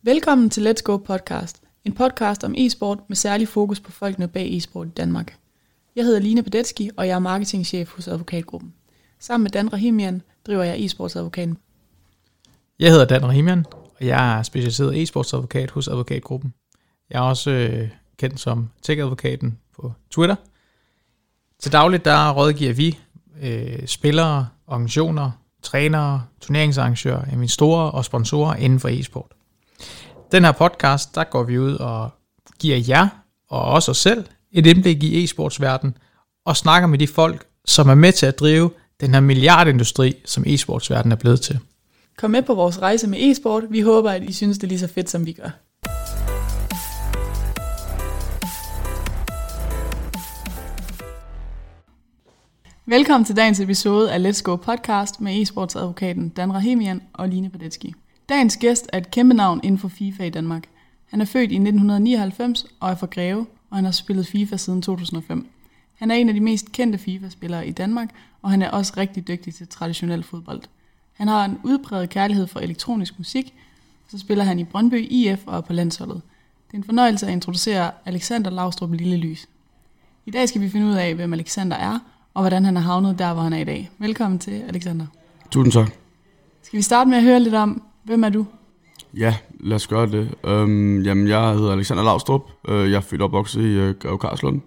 Velkommen til Let's Go Podcast, en podcast om e-sport med særlig fokus på folkene bag e-sport i Danmark. Jeg hedder Line Pedetski, og jeg er marketingchef hos Advokatgruppen. Sammen med Dan Rahimian driver jeg e-sportsadvokaten. Jeg hedder Dan Rahimian, og jeg er specialiseret e-sportsadvokat hos Advokatgruppen. Jeg er også kendt som tech-advokaten på Twitter. Til dagligt der rådgiver vi spillere, organisationer, trænere, turneringsarrangører, investorer og sponsorer inden for e-sport. Den her podcast, der går vi ud og giver jer og også os selv et indblik i e-sportsverdenen og snakker med de folk, som er med til at drive den her milliardindustri, som e-sportsverdenen er blevet til. Kom med på vores rejse med e-sport. Vi håber, at I synes, det er lige så fedt, som vi gør. Velkommen til dagens episode af Let's Go Podcast med e-sportsadvokaten Dan Rahimian og Line Pedetski. Dagens gæst er et kæmpe navn inden for FIFA i Danmark. Han er født i 1999 og er fra Greve, og han har spillet FIFA siden 2005. Han er en af de mest kendte FIFA-spillere i Danmark, og han er også rigtig dygtig til traditionel fodbold. Han har en udpræget kærlighed for elektronisk musik, så spiller han i Brøndby IF og er på landsholdet. Det er en fornøjelse at introducere Alexander Laustrup Lillelys. I dag skal vi finde ud af, hvem Alexander er, og hvordan han er havnet der, hvor han er i dag. Velkommen til, Alexander. Tusind tak. Skal vi starte med at høre lidt om, hvem er du? Ja, lad os gøre det. Jamen, jeg hedder Alexander Laustrup. Jeg er født og opvokset i Greve Karlslund.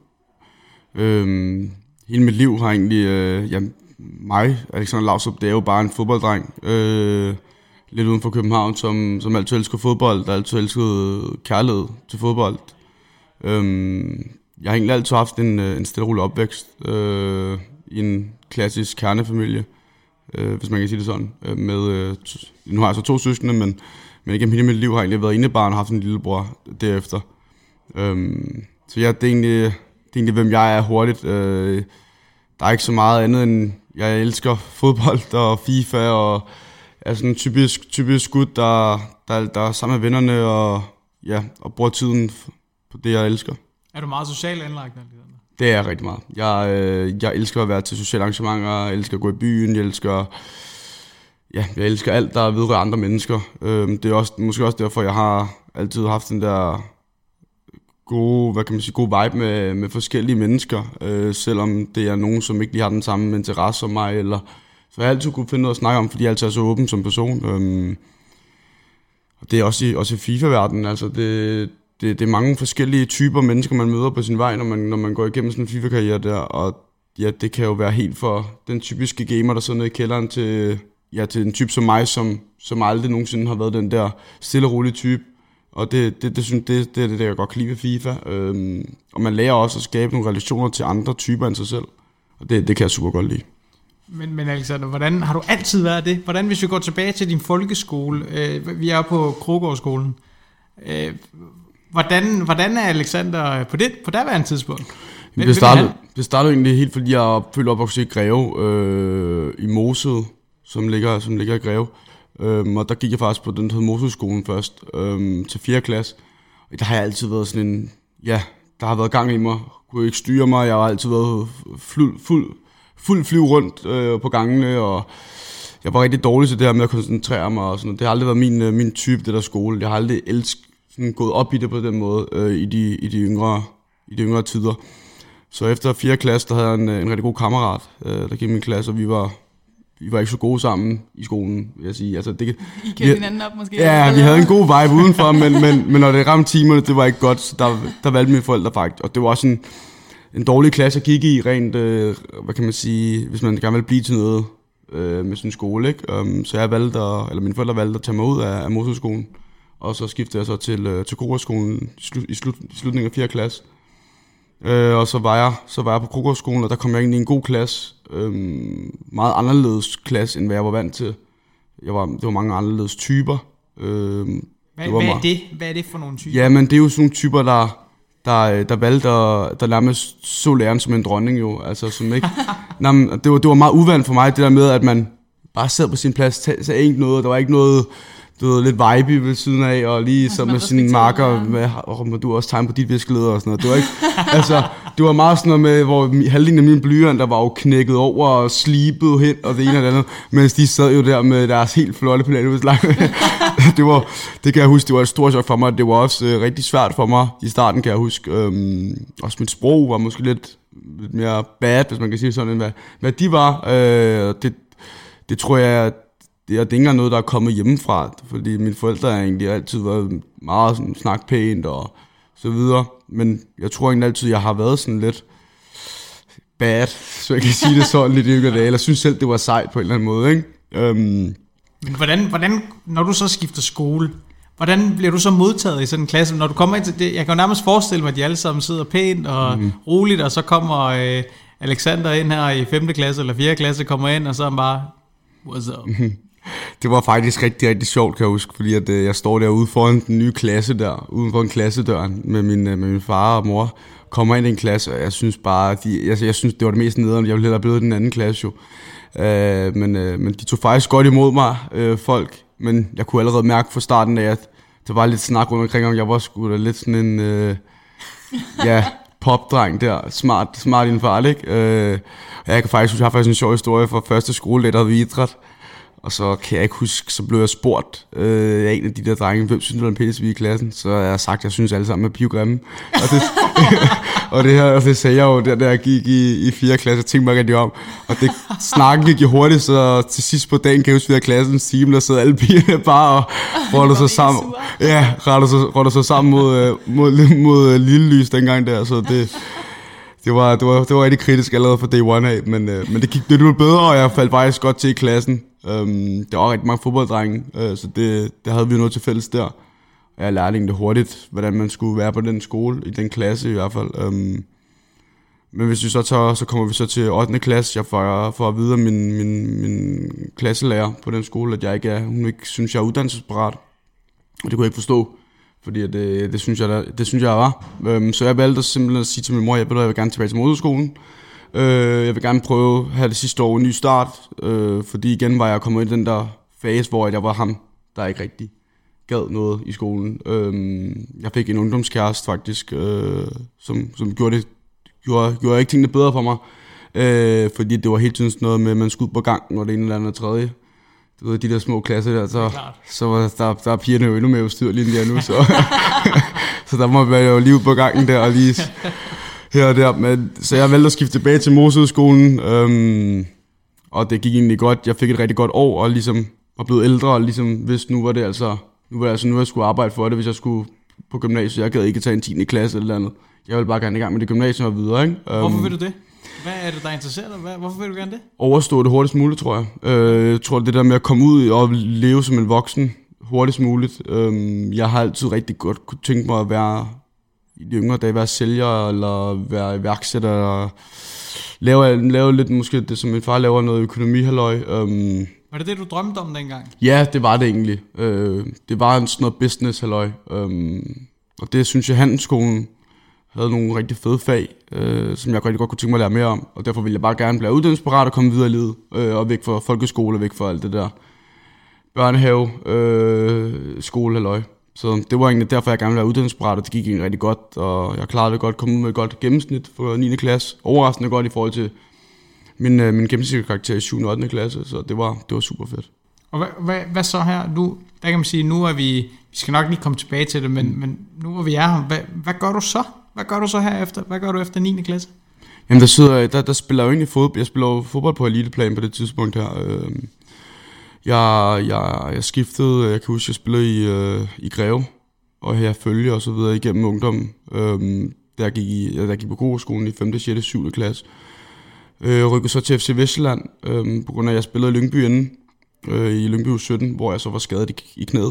Hele mit liv har egentlig... mig, Alexander Laustrup, det er jo bare en fodbolddreng. Lidt uden for København, som altid elsker fodbold, der altid elsket kærlighed til fodbold. Jeg har egentlig altid haft en stille og rolig opvækst i en klassisk kernefamilie, hvis man kan sige det sådan. Nu har jeg så 2 søskende, men igennem hele mit liv har jeg egentlig været enebarn og haft en lillebror derefter. Så ja, det er egentlig, hvem jeg er hurtigt. Der er ikke så meget andet end, jeg elsker fodbold og FIFA, og er sådan en typisk gut, der er sammen med vennerne og bruger tiden på det, jeg elsker. Er du meget socialt anlagt? Det er jeg rigtig meget. Jeg elsker at være til sociale arrangementer, jeg elsker at gå i byen, jeg elsker alt, der vedrører andre mennesker. Det er også, måske også derfor, jeg har altid haft den der god vibe med forskellige mennesker, selvom det er nogen, som ikke lige har den samme interesse som mig, så jeg har altid kunne finde noget at snakke om, fordi jeg altid er så åben som person. Og det er også i FIFA-verdenen, altså det er mange forskellige typer mennesker, man møder på sin vej, når man går igennem sådan en FIFA-karriere der, og ja, det kan jo være helt for den typiske gamer, der sidder nede i kælderen, til en type som mig, som aldrig nogensinde har været den der stille og rolige type. Og det er det, jeg godt kan lide ved FIFA. Og man lærer også at skabe nogle relationer til andre typer end sig selv. Og det kan jeg super godt lide. Men Alexander, hvordan har du altid været det? Hvordan, hvis vi går tilbage til din folkeskole, vi er på Krogårdsskolen, hvordan er Alexander på daværende tidspunkt? Det startede egentlig helt, fordi jeg er født opvokset i Greve, i Mosed, som ligger i Greve. Og der gik jeg faktisk på den, der hed Mosøskolen først, til 4. klasse. Og der har jeg altid været sådan en, der har været gang i mig. Kunne ikke styre mig, jeg har altid været fuld flyv rundt på gangene, og jeg var rigtig dårlig til det her med at koncentrere mig og sådan noget. Det har aldrig været min type, det der skole. Jeg har aldrig gået op i det på den måde i de yngre tider. Så efter 4. klasse, der havde jeg en rigtig god kammerat, der gik i min klasse, og vi var ikke så gode sammen i skolen, vil jeg sige. Altså, I kendte hinanden op måske? Ja, vi havde en god vibe udenfor, men når det ramte timerne, det var ikke godt, så der valgte mine forældre faktisk. Og det var også en dårlig klasse at kigge i, rent, hvad kan man sige, hvis man gerne vil blive til noget med sin skole, ikke? Så mine forældre valgte at tage mig ud af Mosøskolen, og så skiftede jeg så til Krogårdsskolen i slutningen af 4. klasse. Og så var jeg på Krogårdsskolen, og der kom jeg ind i en god klasse. Meget anderledes klasse, end hvad jeg var vant til. Det var mange anderledes typer. Hvad er det for nogle typer? Jamen, det er jo sådan nogle typer, der valgte der nærmest så læreren som en dronning jo. Altså, som ikke... det var meget uvant for mig, det der med, at man bare sad på sin plads, sagde ikke noget, der var ikke noget... lidt vibe ved siden af, og lige så med sine marker, må du også tegne på dit viskeleder og sådan noget. Det var ikke, altså, det var meget sådan noget med, hvor halvdelen af mine blyanter var jo knækket over og slibet hen, og det ene og det andet, mens de sad jo der med deres helt flotte det kan jeg huske, det var et stort chok for mig. Det var også rigtig svært for mig i starten, kan jeg huske. Også mit sprog var måske lidt mere bad, hvis man kan sige sådan, end hvad de var. Det tror jeg, det er ikke engang noget, der er kommet hjemmefra, fordi mine forældre har egentlig altid været meget sådan, snakpænt og så videre. Men jeg tror egentlig altid, jeg har været sådan lidt bad, så jeg kan sige det sådan lidt i yngre dage. Jeg synes selv, det var sejt på en eller anden måde, ikke? Men hvordan, når du så skifter skole, hvordan bliver du så modtaget i sådan en klasse? Når du kommer ind til det, jeg kan jo nærmest forestille mig, at de alle sammen sidder pænt og roligt, og så kommer Alexander ind her i 5. klasse eller 4. klasse, kommer ind, og så er han bare, what's up? Det var faktisk rigtig, rigtig sjovt, kan jeg huske, fordi at, jeg står derude foran den nye klasse der, uden for en klassedøren med min far og mor, kommer ind i en klasse, og jeg synes bare, jeg synes, det var det mest nederen, jeg ville hellere blive i den anden klasse jo. Men de tog faktisk godt imod mig, folk, men jeg kunne allerede mærke fra starten af, at der var lidt snak rundt omkring, om jeg var sgu da lidt sådan en, popdreng der, smart inden for alt, ikke? Jeg har faktisk en sjov historie fra første skoledag, der havde vi idræt. Og så kan jeg ikke huske, så blev jeg spurgt af en af de der drenge, hvem synes du var en pisse i klassen? Så jeg har sagt, at jeg synes alle sammen er pivgrimme. Og det sagde jeg jo, da jeg gik i 4. klasse, tænkte mig rigtig om. Og det snakken gik jo hurtigt, så til sidst på dagen kan jeg huske, at klassens time, der sad alle pigerne bare og rollede sig sammen. Ja, rollede sig sammen mod lille lys dengang der, så det var rigtig kritisk allerede fra day one af, men det gik lidt bedre, og jeg faldt faktisk godt til i klassen. Der var rigtig mange fodbolddrenge, så det havde vi jo noget til fælles der. Og jeg lærte egentlig hurtigt, hvordan man skulle være på den skole, i den klasse i hvert fald. Men hvis vi så kommer vi så til 8. klasse. Jeg får at vide af min klasselærer på den skole, at hun ikke synes, jeg er uddannelsesparat. Og det kunne jeg ikke forstå, fordi det synes jeg var. Så jeg valgte simpelthen at sige til min mor, jeg vil gerne tilbage til motorskolen. Jeg vil gerne prøve at have det sidste år en ny start, fordi igen var jeg kommet i den der fase, hvor jeg var ham, der ikke rigtig gad noget i skolen. Jeg fik en ungdomskæreste faktisk, som gjorde ikke tingene bedre for mig, fordi det var helt tiden sådan noget med, at man skulle ud på gangen, og det ene eller andet tredje. Du ved, de der små klasser der, så var der er pigerne jo endnu mere udstyr lige der nu, så der må være jo lige ud på gangen der og lige her og der. Men, så jeg valgte at skifte tilbage til Mosøskolen, og det gik egentlig godt. Jeg fik et rigtig godt år, og ligesom var blevet ældre, og ligesom hvis nu jeg skulle arbejde for det, hvis jeg skulle på gymnasiet. Jeg gad ikke tage en 10. klasse eller andet. Jeg ville bare gerne i gang med det gymnasium og videre, ikke? Hvorfor vil du det? Hvad er det, der interesserer dig? Hvorfor vil du gerne det? Overstå det hurtigst muligt, tror jeg. Jeg tror, det der med at komme ud og leve som en voksen hurtigst muligt. Jeg har altid rigtig godt kunne tænke mig at være i de yngre dage, være sælger eller være iværksætter. Eller lave lidt måske det, som min far laver, noget økonomihalløj. Var det det, du drømte om dengang? Ja, det var det egentlig. Det var sådan noget business-halløj. Og det synes jeg, handelsskolen havde nogle rigtig fede fag, som jeg rigtig godt kunne tænke mig at lære mere om. Og derfor ville jeg bare gerne blive uddannelsesparat og komme videre i livet. Og væk fra folkeskole, væk fra alt det der børnehave, skolehalløj. Så det var egentlig derfor, jeg gerne ville være uddannelsesparat, og det gik egentlig rigtig godt. Og jeg klarede det godt, kom ud med et godt gennemsnit for 9. klasse. Overraskende godt i forhold til min gennemsnitskarakter i 7. og 8. klasse, så det var super fedt. Og hvad så her? Nu, der kan man sige, nu er vi skal nok lige komme tilbage til det, men nu hvor vi er her, hvad gør du så? Hvad gør du så herefter? Hvad gør du efter 9. klasse? Jamen der spiller jeg jo egentlig fodbold. Jeg spiller jo fodbold på eliteplan på det tidspunkt her. Jeg skiftede, jeg kan huske, jeg spillede i Greve, og jeg følger og så videre igennem ungdommen. Der gik på Kogerskolen i 5., 6., 7. klasse. Rykkede så til FC Vestjylland, på grund af, at jeg spillede i Lyngby inden, i Lyngby U17, hvor jeg så var skadet i knæet.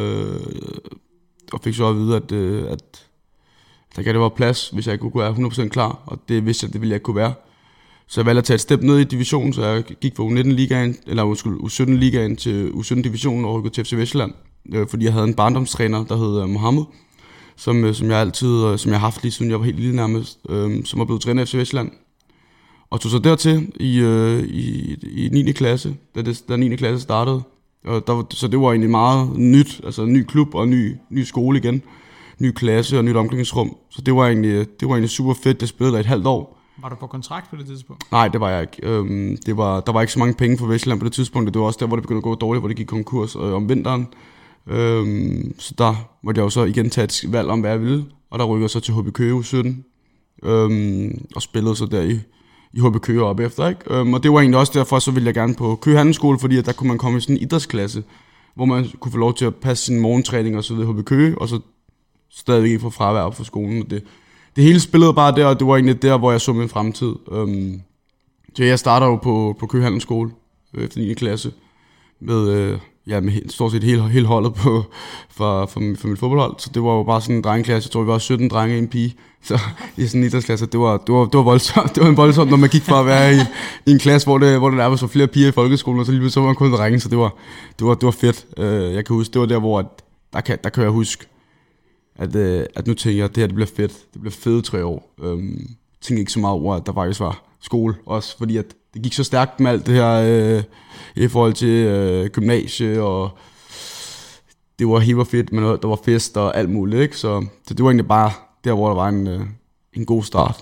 Og fik så at vide, at der kan det være plads, hvis jeg ikke kunne være 100% klar, og det vidste jeg, det ville jeg ikke kunne være. Så jeg valgte at tage et step ned i divisionen, så jeg gik fra U19-ligaen, eller U17-ligaen til U17-divisionen og rykkede til FC Vestjylland, fordi jeg havde en barndomstræner, der hed Mohammed, som jeg har haft lige siden jeg var helt lille nærmest, som var blevet træner i FC Vestjylland. Og tog så dertil i 9. klasse, da 9. klasse startede. Så det var egentlig meget nyt, altså en ny klub og en ny skole igen. Ny klasse og nyt omklædningsrum. Så det var egentlig super fedt. Jeg spillede der et halvt år. Var du på kontrakt på det tidspunkt? Nej, det var jeg ikke. Der var ikke så mange penge for Vestjylland på det tidspunkt. Det var også der, hvor det begyndte at gå dårligt, hvor det gik konkurs om vinteren. Så der måtte jeg jo så igen tage et valg om, hvad jeg ville. Og der rykkede jeg så til HB Køge 17. Og spillede så der i HB Køge op efter, ikke? Og det var egentlig også derfor, så ville jeg gerne på Køge Handelsskole, fordi at der kunne man komme i sådan en idrætsklasse, hvor man kunne få lov til at passe sin morgentræning og så ved HB Køge, og så stadigvæk ikke få fravær op for skolen. Og det hele spillede bare der, og det var egentlig der, hvor jeg så min fremtid. Så jeg starter jo på Køge Handelsskole efter 9. klasse med stort set hele holdet for mit fodboldhold. Så det var jo bare sådan en drengeklasse. Jeg tror, vi var 17 drenge og en pige. Så i sådan en idrætsklasse, det var voldsomt. Det var en voldsomt, når man gik fra at være i en klasse, hvor der nærmest var flere piger i folkeskolen, og så lige så var man kun drenge, så det var fedt. Jeg kan huske, det var der, hvor der kan jeg huske, at nu tænker jeg, at det her det bliver fedt. Det bliver fede 3 år. Jeg tænkte ikke så meget over, at der faktisk var skole også, fordi at det gik så stærkt med alt det her i forhold til gymnasie, og det var helt fedt, men der var fest og alt muligt, ikke? Så det var egentlig bare der, hvor der var en god start.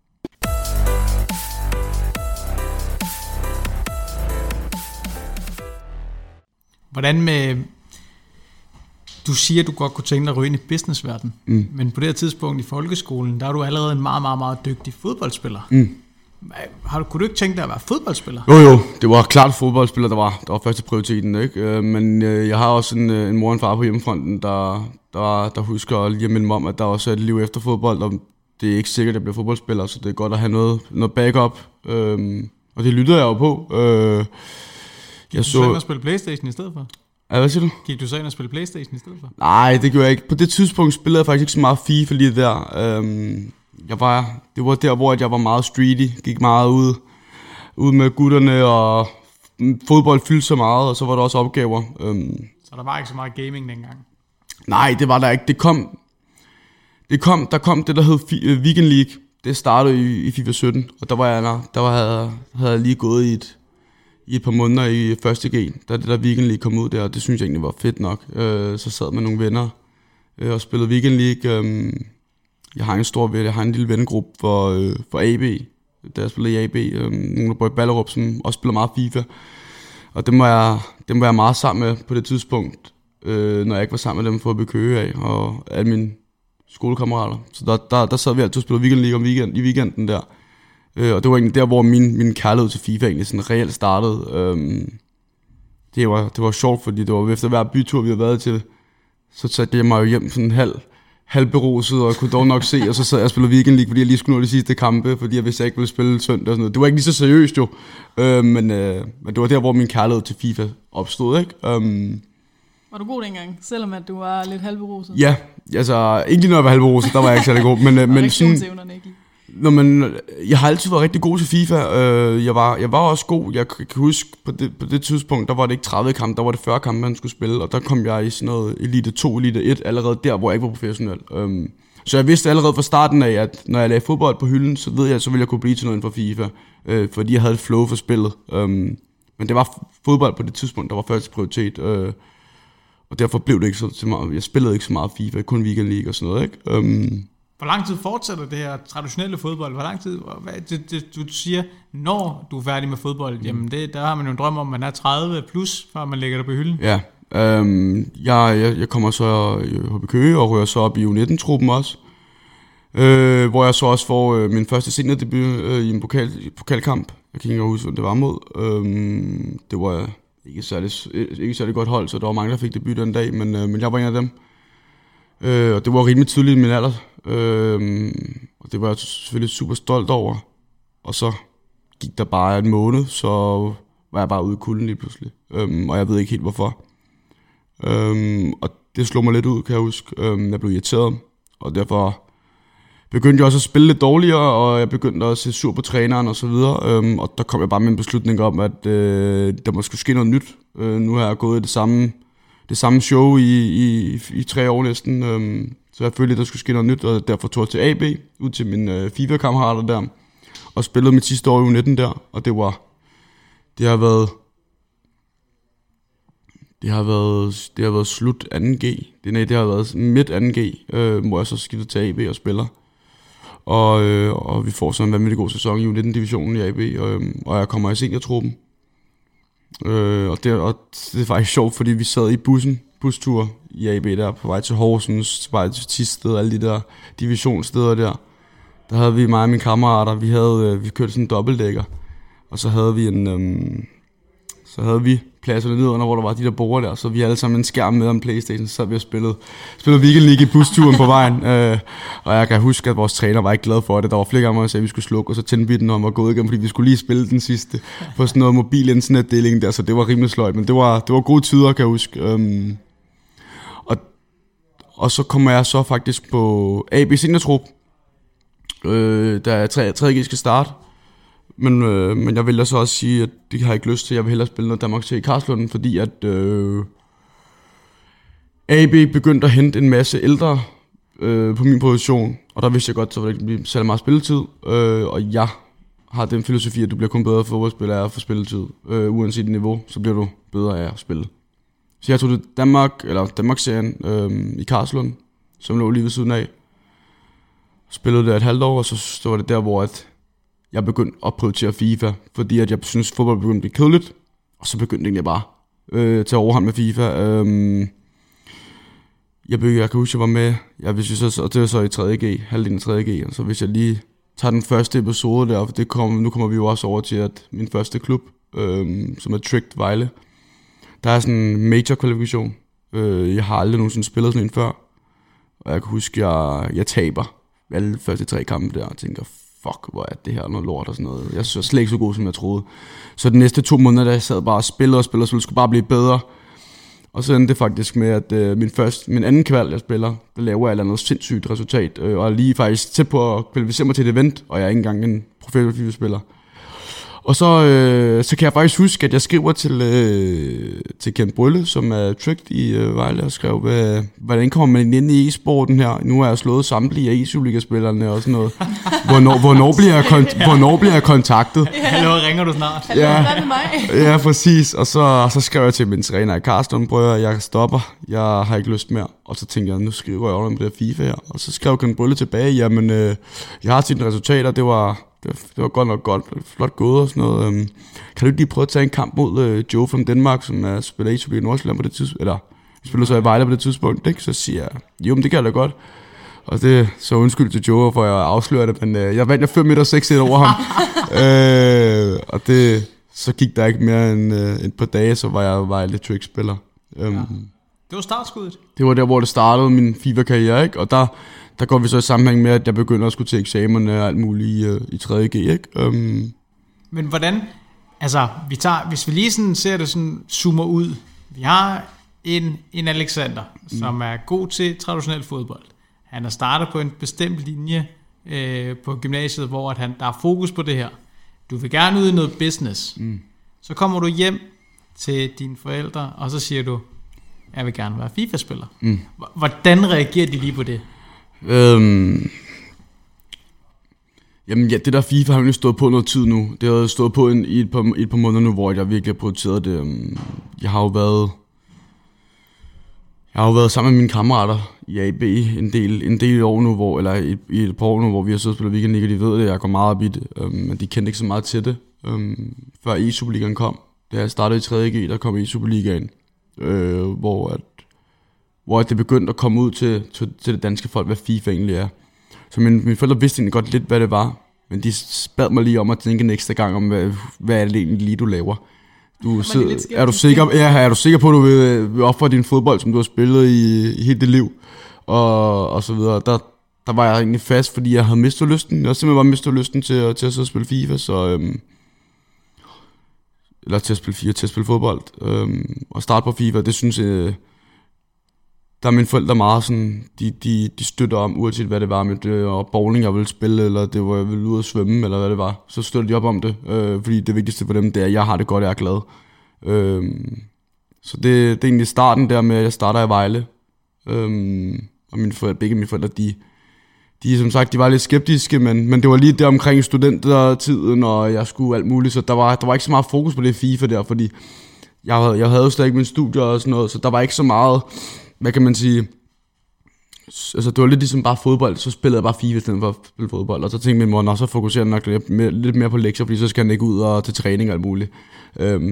Hvordan med... Du siger, at du godt kunne tænke dig at ryge ind i businessverdenen, men på det her tidspunkt i folkeskolen, der er du allerede en meget, meget, meget dygtig fodboldspiller. Kunne du ikke tænke dig at være fodboldspiller? Jo, det var klart fodboldspiller, der var første prioriteten, ikke? Men jeg har også en mor og en far på hjemmefronten, der husker lige at minde mig om, at der også er et liv efter fodbold, og det er ikke sikkert, at jeg bliver fodboldspiller, så det er godt at have noget backup, og det lyttede jeg jo på. Gik du så ind og spille PlayStation i stedet for? Ja, hvad siger du? Gik du så ind og spille PlayStation i stedet for? Nej, det gjorde jeg ikke. På det tidspunkt spillede jeg faktisk ikke så meget FIFA lige der. Det var der, hvor jeg var meget streety, gik meget ud med gutterne, og fodbold fyldte så meget, og så var der også opgaver. Så der var ikke så meget gaming dengang? Nej, det var der ikke. Der kom det, der hed Weekend League. Det startede i FIFA 17, og havde jeg lige gået i et par måneder i første G, da det der Weekend League kom ud der, og det synes jeg egentlig var fedt nok. Så sad med nogle venner og spillede Weekend League. Jeg har en lille vennegruppe for AB, da jeg spillede i AB. Nogle der bor i Ballerup, som også spiller meget FIFA. Og dem var jeg meget sammen med på det tidspunkt, når jeg ikke var sammen med dem for at Køge af, og alle mine skolekammerater. Så der sad vi altid og spillede Weekend League i weekenden der. Og det var egentlig der, hvor min kærlighed til FIFA egentlig sådan reelt startede. Det var sjovt, fordi det var efter hver bytur, vi havde været til, så satte jeg mig jo hjem sådan halvberuset og kunne dog nok se, og så sad jeg og spillede Weekend League, fordi jeg lige skulle nå de sidste kampe, fordi jeg vidste, jeg ikke ville spille søndag og sådan noget. Det var ikke lige så seriøst jo, men det var der, hvor min kærlighed til FIFA opstod, ikke? Var du god dengang, selvom at du var lidt halvberuset? Ja, altså ikke lige når jeg var halvberuset, der var jeg ikke særlig god, men sådan... Jeg har altid været rigtig god til FIFA. Jeg var også god. Jeg kan huske, på det tidspunkt, der var det ikke 30 kampe, der var det 40 kampe, man skulle spille. Og der kom jeg i sådan noget Elite 2, Elite 1, allerede der, hvor jeg ikke var professionel. Så jeg vidste allerede fra starten af, at når jeg lagde fodbold på hylden, så ved jeg, så ville jeg kunne blive til noget inden for FIFA. Fordi jeg havde et flow for spillet. Men det var fodbold på det tidspunkt, der var første prioritet. Og derfor blev det ikke så meget. Jeg spillede ikke så meget FIFA, kun Weekend League og sådan noget, ikke? Hvor lang tid fortsætter det her traditionelle fodbold? Hvor lang tid, du siger, når du er færdig med fodbold, jamen der har man jo en drøm om, at man er 30 plus, før man lægger det på hylden. Ja, jeg kommer så i HB Køge og rører så op i U19-truppen også, hvor jeg så også får min første seniordebut i en pokalkamp. Jeg kan ikke huske, hvad det var mod. Det var ikke særlig godt hold, så der var mange, der fik debut den dag, men jeg var en af dem. Og det var rimelig tydeligt i min alder, og det var jeg selvfølgelig super stolt over. Og så gik der bare en måned, så var jeg bare ude i kulden lige pludselig, og jeg ved ikke helt hvorfor. Og det slog mig lidt ud, kan jeg huske. Jeg blev irriteret, og derfor begyndte jeg også at spille lidt dårligere, og jeg begyndte også at se sur på træneren og så videre. Og der kom jeg bare med en beslutning om, at der måske ske noget nyt. Nu har jeg gået i det samme show i 3 år næsten, så jeg følte, at der skulle ske noget nyt, og derfor tog jeg til AB, ud til mine FIFA-kammerater der, og spillede mit sidste år i U19 der, og det har været slut 2G, det har været midt 2G, hvor jeg så skiftede til AB og spiller, og vi får sådan en vanvittig god sæson i U19-divisionen i AB, og jeg kommer i seniortruppen. Og det er faktisk sjovt, fordi vi sad i bussen bustur i AB der, på vej til Horsens, på vej til Thisted, alle de der divisionssteder der. Der havde vi mig og mine kammerater, vi kørte sådan en dobbeltdækker, og så havde vi pladserne ned under, hvor der var de der borde der, så vi havde alle sammen en skærm med om PlayStation, så vi spillede Weekend League i busturen på vejen, og jeg kan huske, at vores træner var ikke glad for det. Der var flere gange, hvor jeg sagde, at vi skulle slukke, og så tændte vi den om at gå ud igen, fordi vi skulle lige spille den sidste på sådan noget mobil internetdeling der, så det var rimelig sløjt, men det var gode tider, kan jeg huske. Og så kommer jeg så faktisk på AB Seniortrup, da 3G skal starte. Men jeg vil så også sige, at det har jeg ikke lyst til. Jeg vil hellere spille noget Danmark til i Karlslund, fordi at AB begyndte at hente en masse ældre på min position, og der vidste jeg godt, så det ikke blive særlig meget spilletid. Og jeg har den filosofi, at du bliver kun bedre fodboldspiller af at få spilletid. Uanset niveau, så bliver du bedre af at spille. Så jeg tog til Danmarksserien i Karlslund, som lå lige ved siden af. Spillede der et halvt år, og så var det der, hvor jeg begyndte at prioritere FIFA, fordi at jeg synes, fodbold begyndte at blive kedeligt, og så begyndte jeg bare til at overhånd med FIFA. Jeg kan huske, jeg var med, og det var så i 3.G, halvdelen af 3.G, og så hvis jeg lige tager den første episode der, for nu kommer vi jo også over til, at min første klub, som er Tricked Vejle, der er sådan en major kvalifikation. Jeg har aldrig nogensinde spillet sådan en før, og jeg kan huske, at jeg taber alle første 3 kampe der, og tænker, fuck, hvor er det her noget lort og sådan noget. Jeg var slet ikke så god, som jeg troede. Så de næste 2 måneder, der jeg sad bare og spillede, så det skulle bare blive bedre. Og så endte det faktisk med, at min anden kval, jeg spiller, der laver jeg et eller andet sindssygt resultat, og er lige faktisk tæt på at kvalificere mig til et event, og jeg er ikke engang en professionel FIFA-spiller. Og så kan jeg faktisk huske, at jeg skriver til Kent Brylle, som er Tricked i Vejle, og skrev, hvordan kommer man ind i e-sporten her? Nu har jeg slået samtlige af e-Superliga-spillerne og sådan noget. Hvornår bliver jeg kontaktet? Hallo, ringer du snart? Ja, præcis. Og så skrev jeg til min træner i Karlslund, prøv at jeg stopper, jeg har ikke lyst mere. Og så tænkte jeg, nu skriver jeg over med det her FIFA her. Og så skrev Kent Brylle tilbage, jamen, jeg har set resultater, det var godt nok flot gået og sådan noget. Kan du ikke lige prøve at tage en kamp mod Joe fra Danmark, som spiller e-Superliga i Nordsjælland på det tidspunkt, eller spiller så i Vejle på det tidspunkt, ikke? Så siger jeg, jo, men det kan jeg da godt. Og det så undskyld til Joe, for jeg afslører det, men jeg vandt 5 meter 6 over ham. Og så gik der ikke mere end et par dage, så var jeg Vejle Trick-spiller. Det var startskuddet. Det var der, hvor det startede min FIFA-karriere, ikke? Og der går vi så i sammenhæng med, at jeg begynder at skulle til eksamen og alt muligt i 3.G, ikke? Men hvordan, altså, hvis vi lige sådan ser det sådan, zoomer ud. Vi har en Alexander, som er god til traditionel fodbold. Han er startet på en bestemt linje på gymnasiet, hvor der er fokus på det her. Du vil gerne ud i noget business. Så kommer du hjem til dine forældre, og så siger du, jeg vil gerne være FIFA-spiller. Hvordan reagerer de lige på det? Jamen ja, det der FIFA har jo stået på noget tid nu. Det har stået på i et par måneder nu, hvor jeg virkelig har prioriteret det. Jeg har jo været sammen med mine kammerater i AB en del år nu, eller i et par år nu, hvor vi har siddet og spillet Weekend League, og de ved det, jeg går meget op i det. Men de kendte ikke så meget til det, før e-Superligaen kom. Da jeg startede i 3.G, der kom e-Superligaen, hvor det begyndte at komme ud til det danske folk, hvad FIFA egentlig er. Så mine forældre vidste egentlig godt lidt, hvad det var, men de bad mig lige om at tænke en ekstra gang om, hvad er det egentlig lige, du laver. Er du sikker på, at du vil ofre din fodbold, som du har spillet i hele dit liv, og så videre. Der var jeg egentlig fast, fordi jeg havde mistet lysten. Jeg havde simpelthen bare mistet lysten til at sidde og spille FIFA, eller til at spille fodbold, og starte på FIFA. Det synes jeg, der er mine forældre meget sådan, de støtter om, uanset hvad det var, med det var bowling, jeg ville spille, eller det var, jeg ville ud og svømme, eller hvad det var. Så støtter de op om det, fordi det vigtigste for dem, det er, at jeg har det godt, jeg er glad. Så det er egentlig starten der med, at jeg starter i Vejle. Og begge mine forældre, de som sagt, de var lidt skeptiske, men det var lige der omkring studentertiden, og jeg skulle alt muligt, så der var ikke så meget fokus på det FIFA der, fordi jeg havde jo stadig mine studier og sådan noget, så der var ikke så meget, hvad kan man sige, altså det var lidt ligesom bare fodbold, så spillede jeg bare FIFA i stedet for at spille fodbold, og så tænkte min mor, så fokuserer jeg nok lidt mere på lektier, fordi så skal han ikke ud og til træning og alt muligt.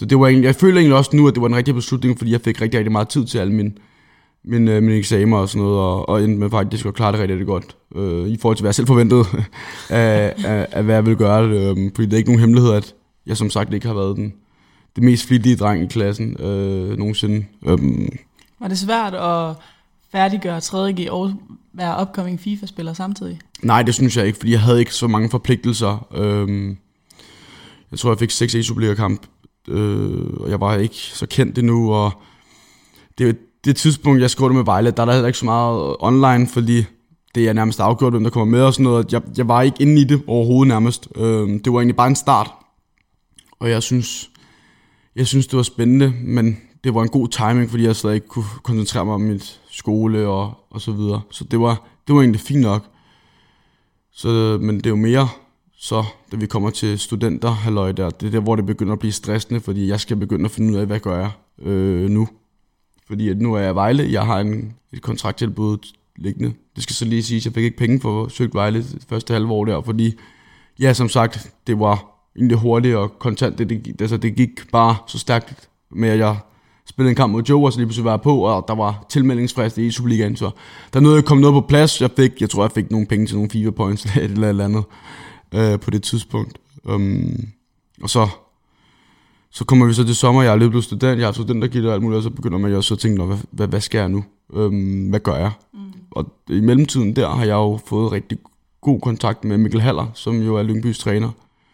Så det var egentlig, jeg føler egentlig også nu, at det var en rigtig beslutning, fordi jeg fik rigtig, rigtig meget tid til alle mine eksamener og sådan noget, og endte med faktisk at klare det rigtig, rigtig godt. I forhold til, hvad jeg selv forventede af hvad jeg ville gøre. Fordi det er ikke nogen hemmelighed, at jeg som sagt ikke har været det mest flittige dreng i klassen nogensinde. Var det svært at færdiggøre 3.G og være upcoming FIFA-spiller samtidig? Nej, det synes jeg ikke, fordi jeg havde ikke så mange forpligtelser. Jeg tror, jeg fik 6 E-Superliga-kamp, og jeg var ikke så kendt endnu, og det tidspunkt, jeg skrev det med Vejle, der er der heller ikke så meget online, fordi det er nærmest afgjort, hvem der kommer med og sådan noget. Jeg var ikke inde i det overhovedet nærmest. Det var egentlig bare en start, og jeg synes, det var spændende, men det var en god timing, fordi jeg stadig ikke kunne koncentrere mig om mit skole og så videre. Så det var egentlig fint nok. Men det er jo mere så, da vi kommer til studenterhalløj der, det er der, hvor det begynder at blive stressende, fordi jeg skal begynde at finde ud af, hvad gør jeg nu. Fordi at nu er jeg Vejle, jeg har et kontrakttilbud liggende. Det skal så lige sige, at jeg fik ikke penge for at søge Vejle det første halve år der, fordi ja, som sagt, det var egentlig hurtigt og kontant. Det gik bare så stærkt med, at jeg spillede en kamp mod Joe, og så lige pludselig var jeg på, og der var tilmeldingsfrist i Superligaen, så der nåede at komme noget på plads. Jeg tror, jeg fik nogle penge til nogle FIFA points eller andet på det tidspunkt. Og så kommer vi så til sommer, jeg er lige blevet student, jeg har studentergitter og alt muligt, og så begynder man jo så at tænke, hvad skal jeg nu? Hvad gør jeg? Og i mellemtiden der har jeg jo fået rigtig god kontakt med Mikkel Haller, som jo er Lyngbys træner.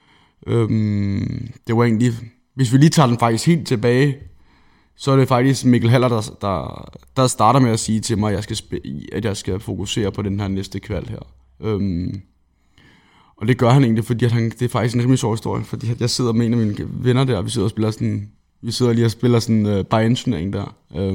Det var egentlig, hvis vi lige tager den faktisk helt tilbage, så er det faktisk Mikkel Haller, der starter med at sige til mig, at jeg skal fokusere på den her næste kval her. Og det gør han egentlig, fordi det er faktisk en rimelig sjov historie, fordi jeg sidder med en af mine venner der, og vi sidder lige og spiller sådan en buy-in-turnering der.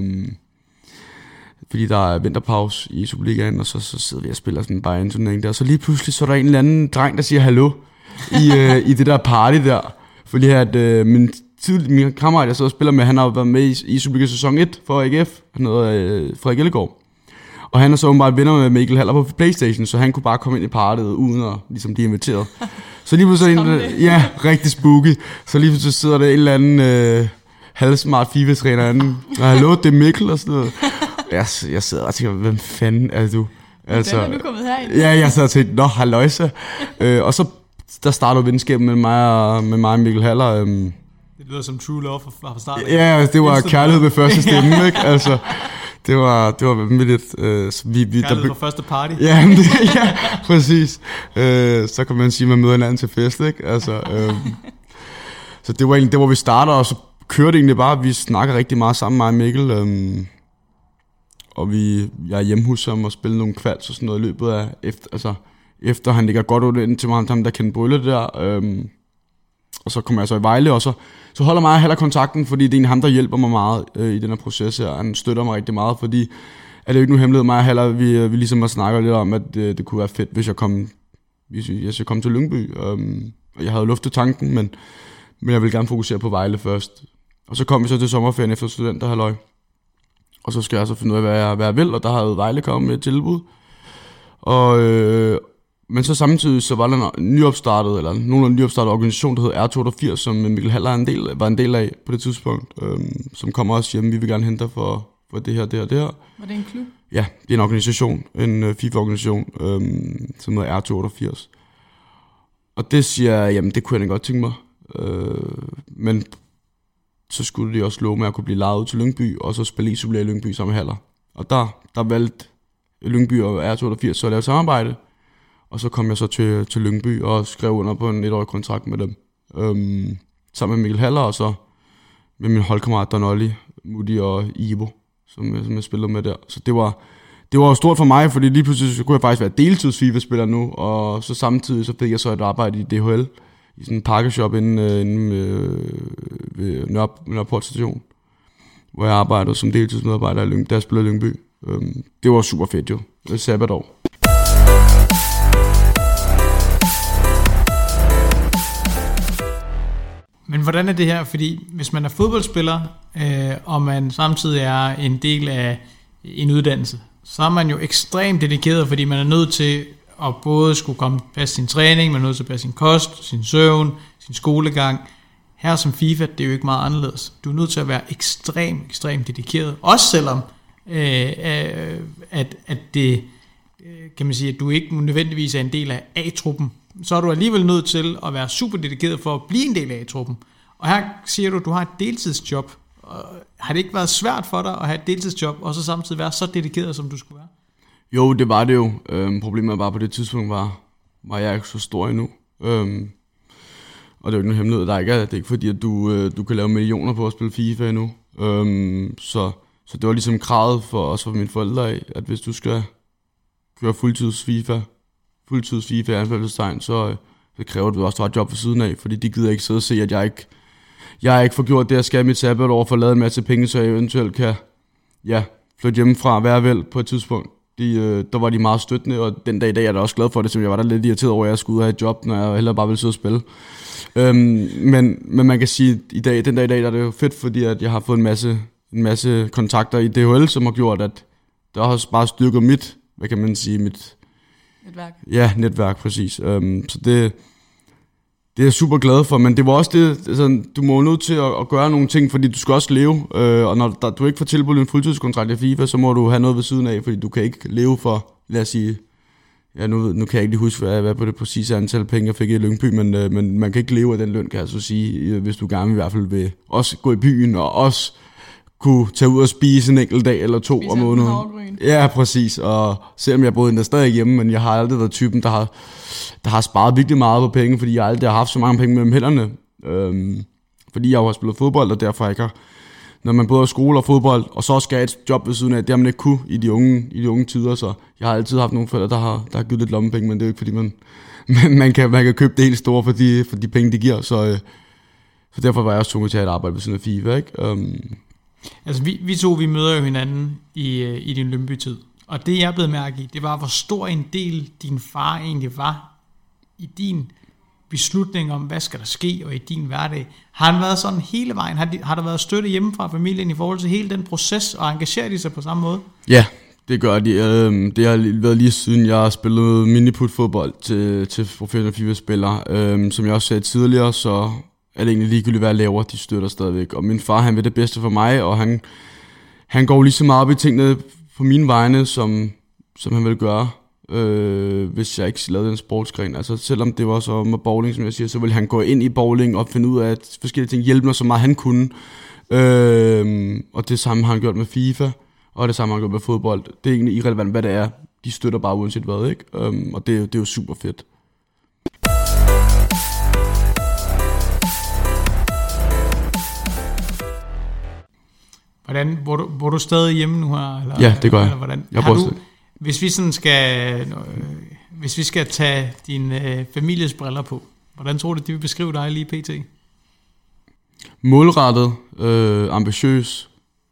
Fordi der er vinterpause i Superligaen, og så sidder vi og spiller sådan en buy-in-turnering der, og så lige pludselig så er der en eller anden dreng, der siger hallo i det der party der, fordi at min kammerat, jeg sidder og spiller med, han har været med i Superliga sæson 1 for AGF, han hedder Frederik Ellegaard. Og han er så bare venner med Mikkel Haller på PlayStation, så han kunne bare komme ind i partiet uden at ligesom blive inviteret. Så lige pludselig ja, rigtig spooky. Så lige pludselig sidder der en eller anden halvsmart FIFA-træner anden. Og hallo, det er Mikkel og sådan noget. Jeg sidder og tænker, hvem fanden er du? Altså, hvordan er du kommet herind? Ja, jeg sad og tænkte, nå, halløjsa. Og så der startede venskabet med mig og Mikkel Haller. Det lyder som true love fra starten. Ja, det var kærlighed ved første stemme, ikke? Altså, det var vanvittigt. Kærlighed for første party. Ja, præcis. Så kan man sige, at man møder hinanden til fest, ikke? Altså, så det var egentlig det, hvor vi starter, og så kører det egentlig bare. Vi snakker rigtig meget sammen, mig og Mikkel. Og jeg er hjemme hos ham og spiller nogle kvalds og sådan noget i løbet af efter han ligger godt ud ind til mig, ham der kender Brylle der. Og så kommer jeg så i Vejle, og så holder mig heller kontakten, fordi det er egentlig ham, der hjælper mig meget i den her proces her. Han støtter mig rigtig meget, fordi er det jo ikke nu hemmelighed, mig og heller, vi ligesom snakker lidt om, at det kunne være fedt, hvis jeg skal komme til Lyngby. Og jeg havde luftet tanken, men jeg ville gerne fokusere på Vejle først. Og så kom vi så til sommerferien efter studenterhalløj. Og så skal jeg så finde ud af, hvad jeg vil, og der havde Vejle kommet med et tilbud. Men så samtidig så var der en nyopstartet, eller nogen nyopstartet organisation, der hed R82, som Mikkel Haller var en del af på det tidspunkt, som kommer og siger, at vi vil gerne hente dig for det her, det her, det her. Var det en klub? Ja, det er en organisation, en FIFA-organisation, som hedder R82. Og det siger jeg, jamen det kunne jeg da godt tænke mig. Men så skulle de også love med at kunne blive lejet ud til Lyngby, og så spille i Superliga Lyngby sammen med Haller. Og der valgte Lyngby og R82 så at lave samarbejde. Og så kom jeg så til Lyngby og skrev under på en 1-årig kontrakt med dem. Sammen med Mikkel Haller, og så med min holdkammerat Donolli, Mudi og Ivo, som jeg spillede med der. Så det var jo stort for mig, fordi lige pludselig så kunne jeg faktisk være deltids FIFA-spiller nu, og så samtidig så fik jeg så et arbejde i DHL, i sådan en pakkeshop inde ved Nørreport station, hvor jeg arbejdede som deltidsmedarbejder i Lyngby, der jeg spillede i Lyngby. Det var super fedt jo. Det var sabbatår. Men hvordan er det her? Fordi hvis man er fodboldspiller, og man samtidig er en del af en uddannelse, så er man jo ekstremt dedikeret, fordi man er nødt til at både skulle komme passe sin træning, man er nødt til at passe sin kost, sin søvn, sin skolegang. her som FIFA, det er jo ikke meget anderledes. Du er nødt til at være ekstremt dedikeret, også selvom at det, kan man sige, at du ikke nødvendigvis er en del af A-truppen, så er du alligevel nødt til at være super dedikeret for at blive en del af A-truppen. Og her siger du, at du har et deltidsjob. Har det ikke været svært for dig at have et deltidsjob, og så samtidig være så dedikeret, som du skulle være? Jo, det var det jo. Problemet bare på det tidspunkt var jeg ikke så stor endnu. Og det er jo ikke nogen hemmelighed, det er ikke fordi, at du kan lave millioner på at spille FIFA endnu. Så det var ligesom kravet for os og mine forældre af, at hvis du skal køre fuldtids FIFA i anførselstegn, så kræver det også, at du har et job ved siden af, fordi de gider ikke sidde og se, at jeg ikke får gjort det, jeg skal i mit sabbatår og få lavet en masse penge, så jeg eventuelt kan flytte hjemmefra hver vel på et tidspunkt. Der var de meget støttende, og den dag i dag er jeg da også glad for det, så jeg var da lidt irriteret over, at jeg skulle ud og have et job, når jeg hellere bare ville sidde og spille. Men man kan sige, at den dag i dag er det jo fedt, fordi at jeg har fået en masse kontakter i DHL, som har gjort, at der har bare styrket mit netværk. Ja, netværk, præcis. Så det er jeg super glad for, men det var også det, altså, du må jo nødt til at gøre nogle ting, fordi du skal også leve, og når du ikke får tilbudt en fuldtidskontrakt i FIFA, så må du have noget ved siden af, fordi du kan ikke leve for, lad os sige, nu kan jeg ikke lige huske, hvad på det præcise antal penge, jeg fik i Lyngby, men man kan ikke leve af den løn, kan jeg så sige, hvis du gerne i hvert fald vil også gå i byen, og også kunne tage ud og spise en enkelt dag eller to om måneden. Ja, præcis, og selvom jeg boede der stadig hjemme, men jeg har aldrig været typen, der har sparet virkelig meget på penge, fordi jeg aldrig har haft så mange penge mellem hænderne. Fordi jeg har spillet fodbold, og derfor ikke har, når man både har skole og fodbold, og så skal jeg et job ved siden af, det har man ikke kunne i de unge tider, så jeg har altid haft nogle forældre, der har givet lidt lommepenge, men det er jo ikke fordi man kan købe det helt store for de penge, de giver, så derfor var jeg også tvunget til at arbejde ved siden af FIFA, ikke? Altså vi møder jo hinanden i din Lyngby-tid, og det jeg blev mærke i, det var, hvor stor en del din far egentlig var i din beslutning om, hvad skal der ske, og i din hverdag. Har han været sådan hele vejen? Har der været støtte hjemme fra familien i forhold til hele den proces, og engagerer de sig på samme måde? Ja, det gør de. Det har været lige siden jeg har spillet miniput-fodbold til professionelle FIFA-spillere. Som jeg også sagde tidligere, så er det egentlig ligegyldigt, hvad jeg laver, de støtter stadigvæk. Og min far, han vil det bedste for mig, og han går lige så meget op i tingene på mine vegne, som han vil gøre, hvis jeg ikke lavede en sportsgren. Altså selvom det var så med bowling, som jeg siger, så ville han gå ind i bowling og finde ud af at forskellige ting, hjælpe mig så meget han kunne. Og det samme har han gjort med FIFA, og det samme har han gjort med fodbold. Det er egentlig irrelevant, hvad det er. De støtter bare uanset hvad, ikke? Og det er jo super fedt. Hvordan, bor du stadig hjemme nu her? Eller, ja, det gør jeg. Hvordan? Hvis vi skal tage din families briller på, hvordan tror du, de vil beskrive dig lige pt? Målrettet, ambitiøs,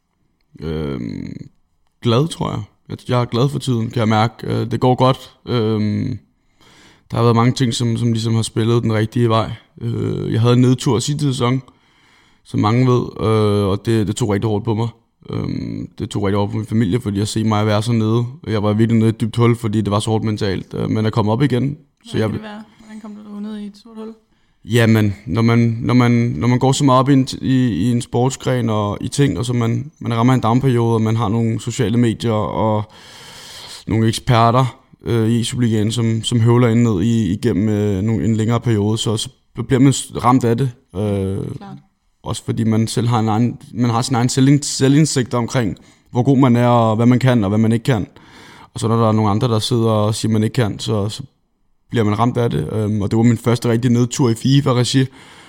glad, tror jeg. Jeg er glad for tiden, kan jeg mærke. Det går godt. Der har været mange ting, som ligesom har spillet den rigtige vej. Jeg havde en nedtur sidste sæson, som mange ved, og det tog rigtig hårdt på mig. Det tog rigtig hårdt på min familie, fordi jeg ser mig at være så nede. Jeg var virkelig nede i et dybt hul, fordi det var så hårdt mentalt. Men jeg kom op igen. Hvordan kom du ned i et sort hul? Jamen, når man går så meget op i en sportsgren og i ting, og så man rammer en downperiode, og man har nogle sociale medier og nogle eksperter i Superligaen, som høvler ind ned igennem en længere periode, så bliver man ramt af det. Klart. Også fordi man selv har sin egen selvindsigt omkring, hvor god man er, og hvad man kan, og hvad man ikke kan. Og så når der er nogle andre, der sidder og siger, man ikke kan, så bliver man ramt af det. Og det var min første rigtige nedtur i FIFA-regi.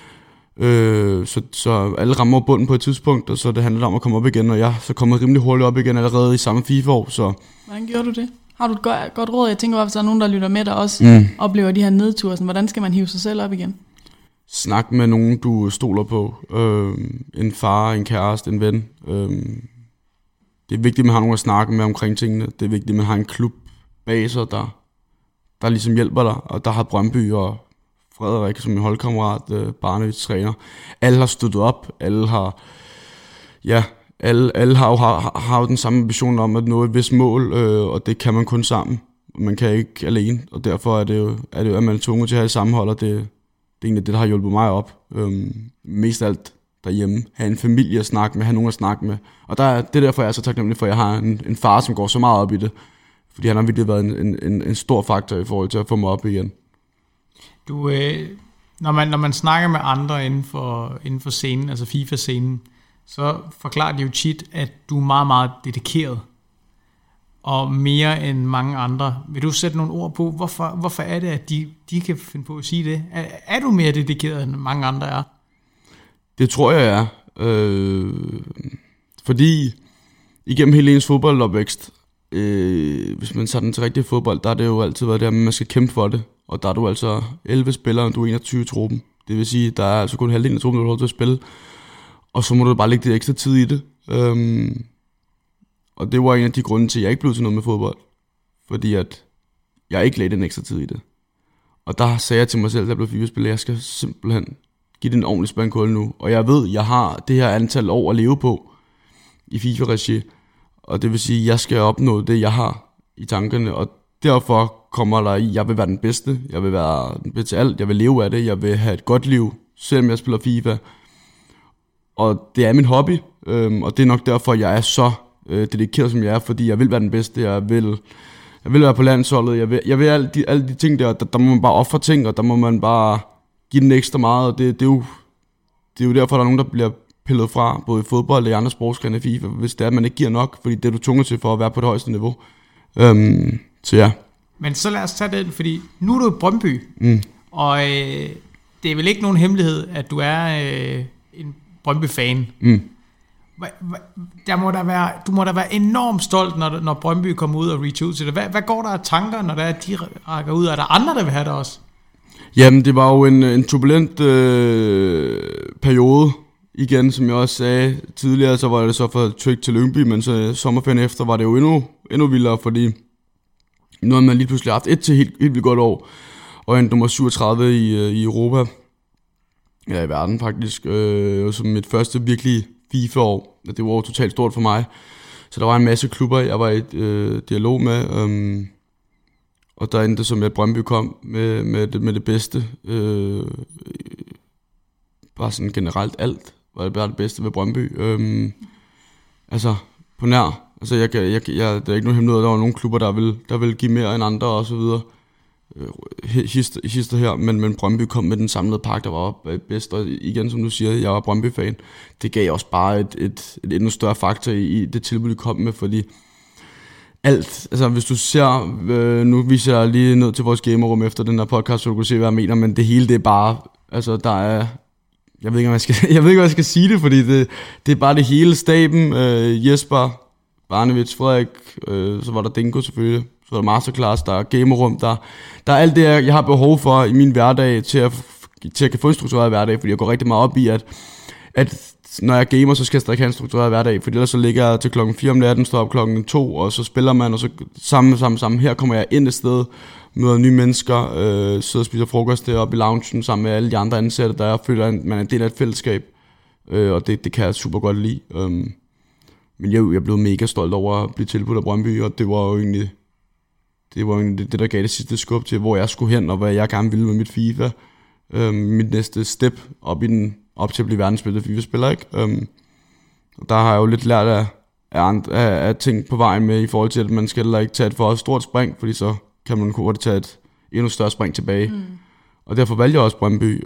Så alle rammer bunden på et tidspunkt, og så det handler om at komme op igen, og jeg så kommer rimelig hurtigt op igen allerede i samme FIFA-år. Så. Hvordan gjorde du det? Har du et godt råd? Jeg tænker bare, hvis der er nogen, der lytter med, der også oplever de her nedture. Hvordan skal man hive sig selv op igen? Snak med nogen, du stoler på. En far, en kæreste, en ven. Det er vigtigt, at man har nogen at snakke med omkring tingene. Det er vigtigt, at man har en klub bag sig, der ligesom hjælper dig. Og der har Brøndby og Frederik som min holdkammerat, Barnevits træner. Alle har støttet op. Alle har jo den samme ambition om at nå et vist mål, og det kan man kun sammen. Man kan ikke alene, og derfor er det jo, at man er tvunget til at have et sammenhold, og det Det er egentlig det, der har hjulpet mig op. Mest af alt derhjemme. Have en familie at snakke med, have nogen at snakke med. Og det er derfor, jeg er så taknemmelig for, at jeg har en far, som går så meget op i det. Fordi han har virkelig været en stor faktor i forhold til at få mig op igen. Du, når man snakker med andre inden for scenen, altså FIFA-scenen, så forklarer de jo tit, at du er meget, meget dedikeret. Og mere end mange andre. Vil du sætte nogle ord på, hvorfor er det, at de kan finde på at sige det? Er du mere dedikeret, end mange andre er? Det tror jeg er. Fordi igennem hele ens fodboldopvækst, hvis man tager den til rigtig fodbold, der har det jo altid været der, at man skal kæmpe for det. Og der er du altså 11 spillere, og du er 21 i truppen. Det vil sige, der er altså kun halvdelen af truppen, der har lov til at spille. Og så må du bare lægge lidt ekstra tid i det. Og det var en af de grunde til, at jeg ikke blev til noget med fodbold. Fordi at jeg ikke lagde den ekstra tid i det. Og der sagde jeg til mig selv, da jeg blev FIFA-spiller, jeg skal simpelthen give det en ordentlig spandkål nu. Og jeg ved, jeg har det her antal år at leve på i FIFA-regi. Og det vil sige, at jeg skal opnå det, jeg har i tankerne. Og derfor kommer der i, jeg vil være den bedste. Jeg vil være den bedste til alt. Jeg vil leve af det. Jeg vil have et godt liv, selvom jeg spiller FIFA. Og det er min hobby. Og det er nok derfor, jeg er så dedikeret, som jeg er. Fordi jeg vil være den bedste. Jeg vil være på landsholdet. Jeg vil alle de ting der må man bare ofre ting. Og der må man bare give den ekstra meget. Og det er jo derfor, der er nogen, der bliver pillet fra, både i fodbold og i andre sportsgrene i FIFA, hvis det er, at man ikke giver nok, fordi det er du tvunget til for at være på det højeste niveau. Så ja. Men så lad os tage den, fordi nu er du i Brøndby, og det er vel ikke nogen hemmelighed, at du er en Brøndby-fan. Du må da være enormt stolt, når Brøndby kommer ud og reach ud til det. Hvad går der af tanker, når de rækker ud? Er der andre, der vil have det også? Jamen, det var jo en turbulent periode. Igen, som jeg også sagde tidligere, så var det så for Trick til Lyngby, men så sommerferien efter var det jo endnu vildere, fordi nu har man lige pludselig haft et til helt vildt godt år, og en nummer 37 i Europa, ja i verden faktisk, som mit første virkelig FIFA-år. Det var jo totalt stort for mig, så der var en masse klubber, jeg var i dialog med, og der endte som at Brøndby kom med det bedste. Bare sådan generelt alt var det bare det bedste ved Brøndby. Altså på nær. Altså der er ikke nogen hemmelighed, der var nogle klubber, der vil give mere end andre og så videre. Hister her, men Brøndby kom med den samlede pakke, der var bedst. Og igen, som du siger, jeg var Brøndby-fan. Det gav også bare et endnu større faktor i det tilbud, de kom med, fordi alt, altså hvis du ser, nu viser jeg lige ned til vores gamerrum efter den her podcast, så du kan se, hvad jeg mener, men det hele, det er bare, altså der er, jeg ved ikke, hvad jeg skal sige det, fordi det er bare det hele staben, Jesper, Barnevits, Frederik, så var der Dingo selvfølgelig, så var der Masterclass, der er gamerrum, der er alt det, jeg har behov for i min hverdag, til at kan få en struktureret hverdag, fordi jeg går rigtig meget op i, at når jeg gamer, så skal jeg stadig have en struktureret hverdag, for ellers så ligger jeg til klokken 4 om natten, står op klokken 2, og så spiller man, og så sammen. Her kommer jeg ind et sted, møder nye mennesker, sidder og spiser frokost deroppe i loungen, sammen med alle de andre ansatte, der føler, at man er en del af et fællesskab, og det kan jeg super godt lide. Men jeg er blevet mega stolt over at blive tilbudt af Brøndby, og det var jo egentlig det, der gav det sidste skub til, hvor jeg skulle hen, og hvad jeg gerne ville med mit FIFA. Mit næste step op til at blive verdensspiller FIFA-spiller, ikke? Og der har jeg jo lidt lært af ting på vejen med, i forhold til, at man skal heller ikke tage et for stort spring, fordi så kan man hurtigt tage et endnu større spring tilbage. Og derfor valgte jeg også Brøndby.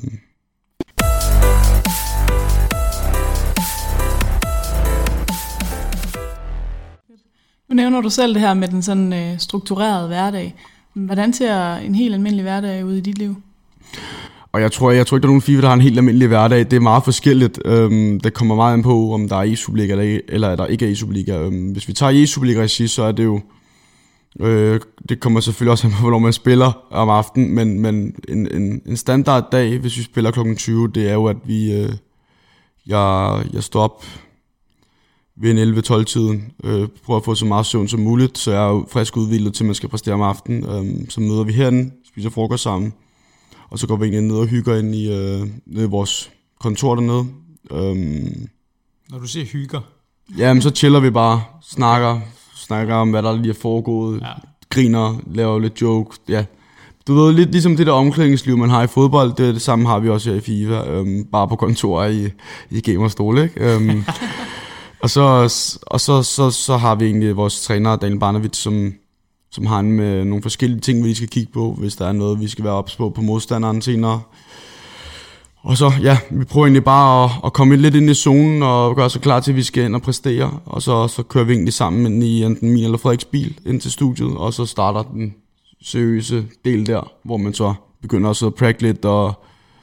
Nu nævner du selv det her med den sådan strukturerede hverdag. Hvordan ser en helt almindelig hverdag ud i dit liv? Og jeg tror ikke, der er nogen FIFA, der har en helt almindelig hverdag. Det er meget forskelligt. Det kommer meget an på, om der er e-Superliga eller der ikke er e-Superliga. Hvis vi tager e-Superliga-regi, så er det jo... det kommer selvfølgelig også an på, hvornår man spiller om aftenen. Men en standarddag, hvis vi spiller klokken 20, det er jo, at jeg står op ved en 11-12-tiden. Prøver at få så meget søvn som muligt, så jeg er jo frisk udhvilet til, man skal præstere om aftenen. Så møder vi herinde, spiser frokost sammen. Og så går vi egentlig ned og hygger ind i vores kontor dernede. Når du siger hygger? Jamen, så chiller vi bare, snakker om, hvad der lige er foregået, griner, laver lidt joke. Ja, Du ved, lidt ligesom det der omklædningsliv, man har i fodbold, det samme har vi også her i FIFA, bare på kontorer i gamerstole, ikke? Og så har vi egentlig vores træner, Daniel Barnevitz, som har med nogle forskellige ting, vi skal kigge på, hvis der er noget, vi skal være ops på modstanderen senere. Og så, ja, vi prøver egentlig bare at komme lidt ind i zonen og gøre sig klar til, at vi skal ind og præstere. Og så kører vi egentlig sammen i enten min eller Frederiks bil ind til studiet, og så starter den seriøse del der, hvor man så begynder at sidde og prakke lidt og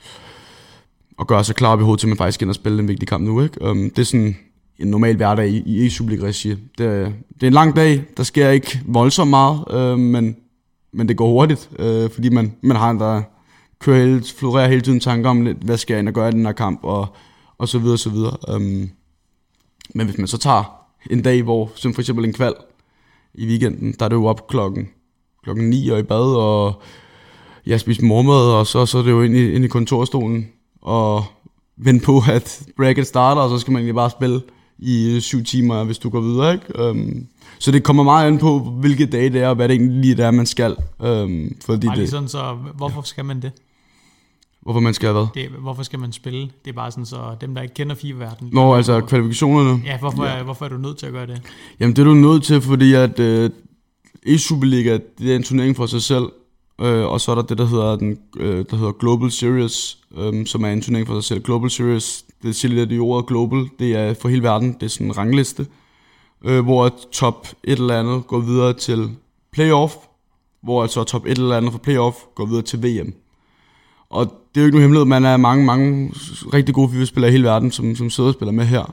gøre sig klar op i hovedet til, at man faktisk skal spille en vigtig kamp nu, ikke? Det er sådan en normal hverdag i e-Superliga-regi. Det er en lang dag, der sker ikke voldsomt meget, men det går hurtigt, fordi man har der florerer hele tiden tanker om, hvad skal jeg ind og gøre i den her kamp, og så videre, så videre. Men hvis man så tager en dag, hvor, som for eksempel en kval i weekenden, der er det jo op klokken 9 og i bad, og jeg spiser morgenmad, og så er det jo ind i kontorstolen, og vente på, at bracket starter, og så skal man egentlig bare spille i 7 timer, hvis du går videre, ikke? Så det kommer meget an på, hvilke dage det er, og hvad det egentlig lige er, man skal. Fordi bare lige sådan, så hvorfor skal man det? Hvorfor man skal hvad? Hvorfor skal man spille? Det er bare sådan, så dem, der ikke kender FIFA-verdenen... Nå, altså kvalifikationerne? Ja, hvorfor er du nødt til at gøre det? Jamen, det er du nødt til, fordi at e-Superliga, det er en turnering for sig selv, og så er der det, der hedder Global Series, som er en turnering for sig selv. Global Series, det siger lidt i ordet global, det er for hele verden, det er sådan en rangliste, hvor top et eller andet går videre til playoff, hvor altså top et eller andet fra playoff går videre til VM. Og det er jo ikke nogen hemmelighed, man er mange rigtig gode FIFA-spillere i hele verden, som sidder og spiller med her.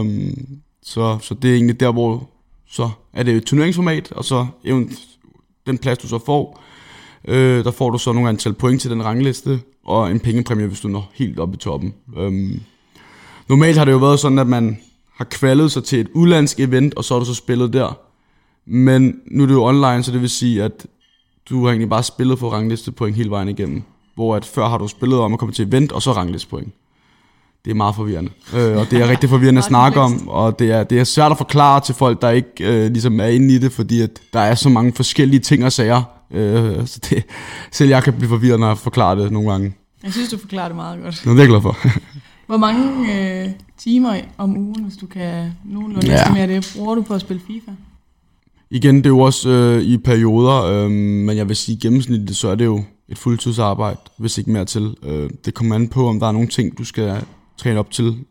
Så det er egentlig der, hvor så er det et turneringsformat, og så den plads, du så får, der får du så nogle antal point til den rangliste, og en pengepræmie, hvis du når helt op i toppen. Normalt har det jo været sådan, at man har kvalet sig til et udlandsk event, og så har du så spillet der. Men nu er det jo online, så det vil sige, at du har egentlig bare spillet for ranglistepoint hele vejen igennem. Hvor at før har du spillet om at komme til event, og så ranglistepoint. Det er meget forvirrende. Og det er rigtig forvirrende at snakke om, og det er svært at forklare til folk, der ikke ligesom er inde i det, fordi at der er så mange forskellige ting og sager. Så selv jeg kan blive forvirret, når jeg forklarer det nogle gange. Jeg synes, du forklarer det meget godt. Nå, det er jeg glad for. Hvor mange timer om ugen, hvis du kan nogenlunde estimere det, bruger du på at spille FIFA? Igen, det er jo også i perioder, men jeg vil sige gennemsnitligt, så er det jo et fuldtidsarbejde, hvis ikke mere til. Det kommer an på, om der er nogle ting, du skal træne op til.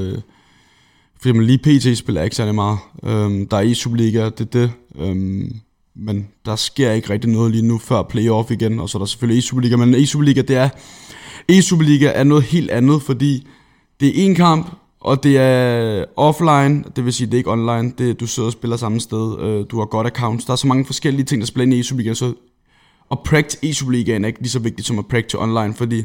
For eksempel lige PT spiller ikke særlig meget. Der er e-Superliga, det er det. Men der sker ikke rigtig noget lige nu før playoff igen, og så er der selvfølgelig e-Superliga. Men e-Superliga er noget helt andet, fordi det er en kamp, og det er offline, det vil sige, det er ikke online. Du sidder og spiller samme sted, du har godt accounts. Der er så mange forskellige ting, der spiller ind i e-Superliga, så at prægte e-Superligaen er ikke lige så vigtigt som at prægte til online, fordi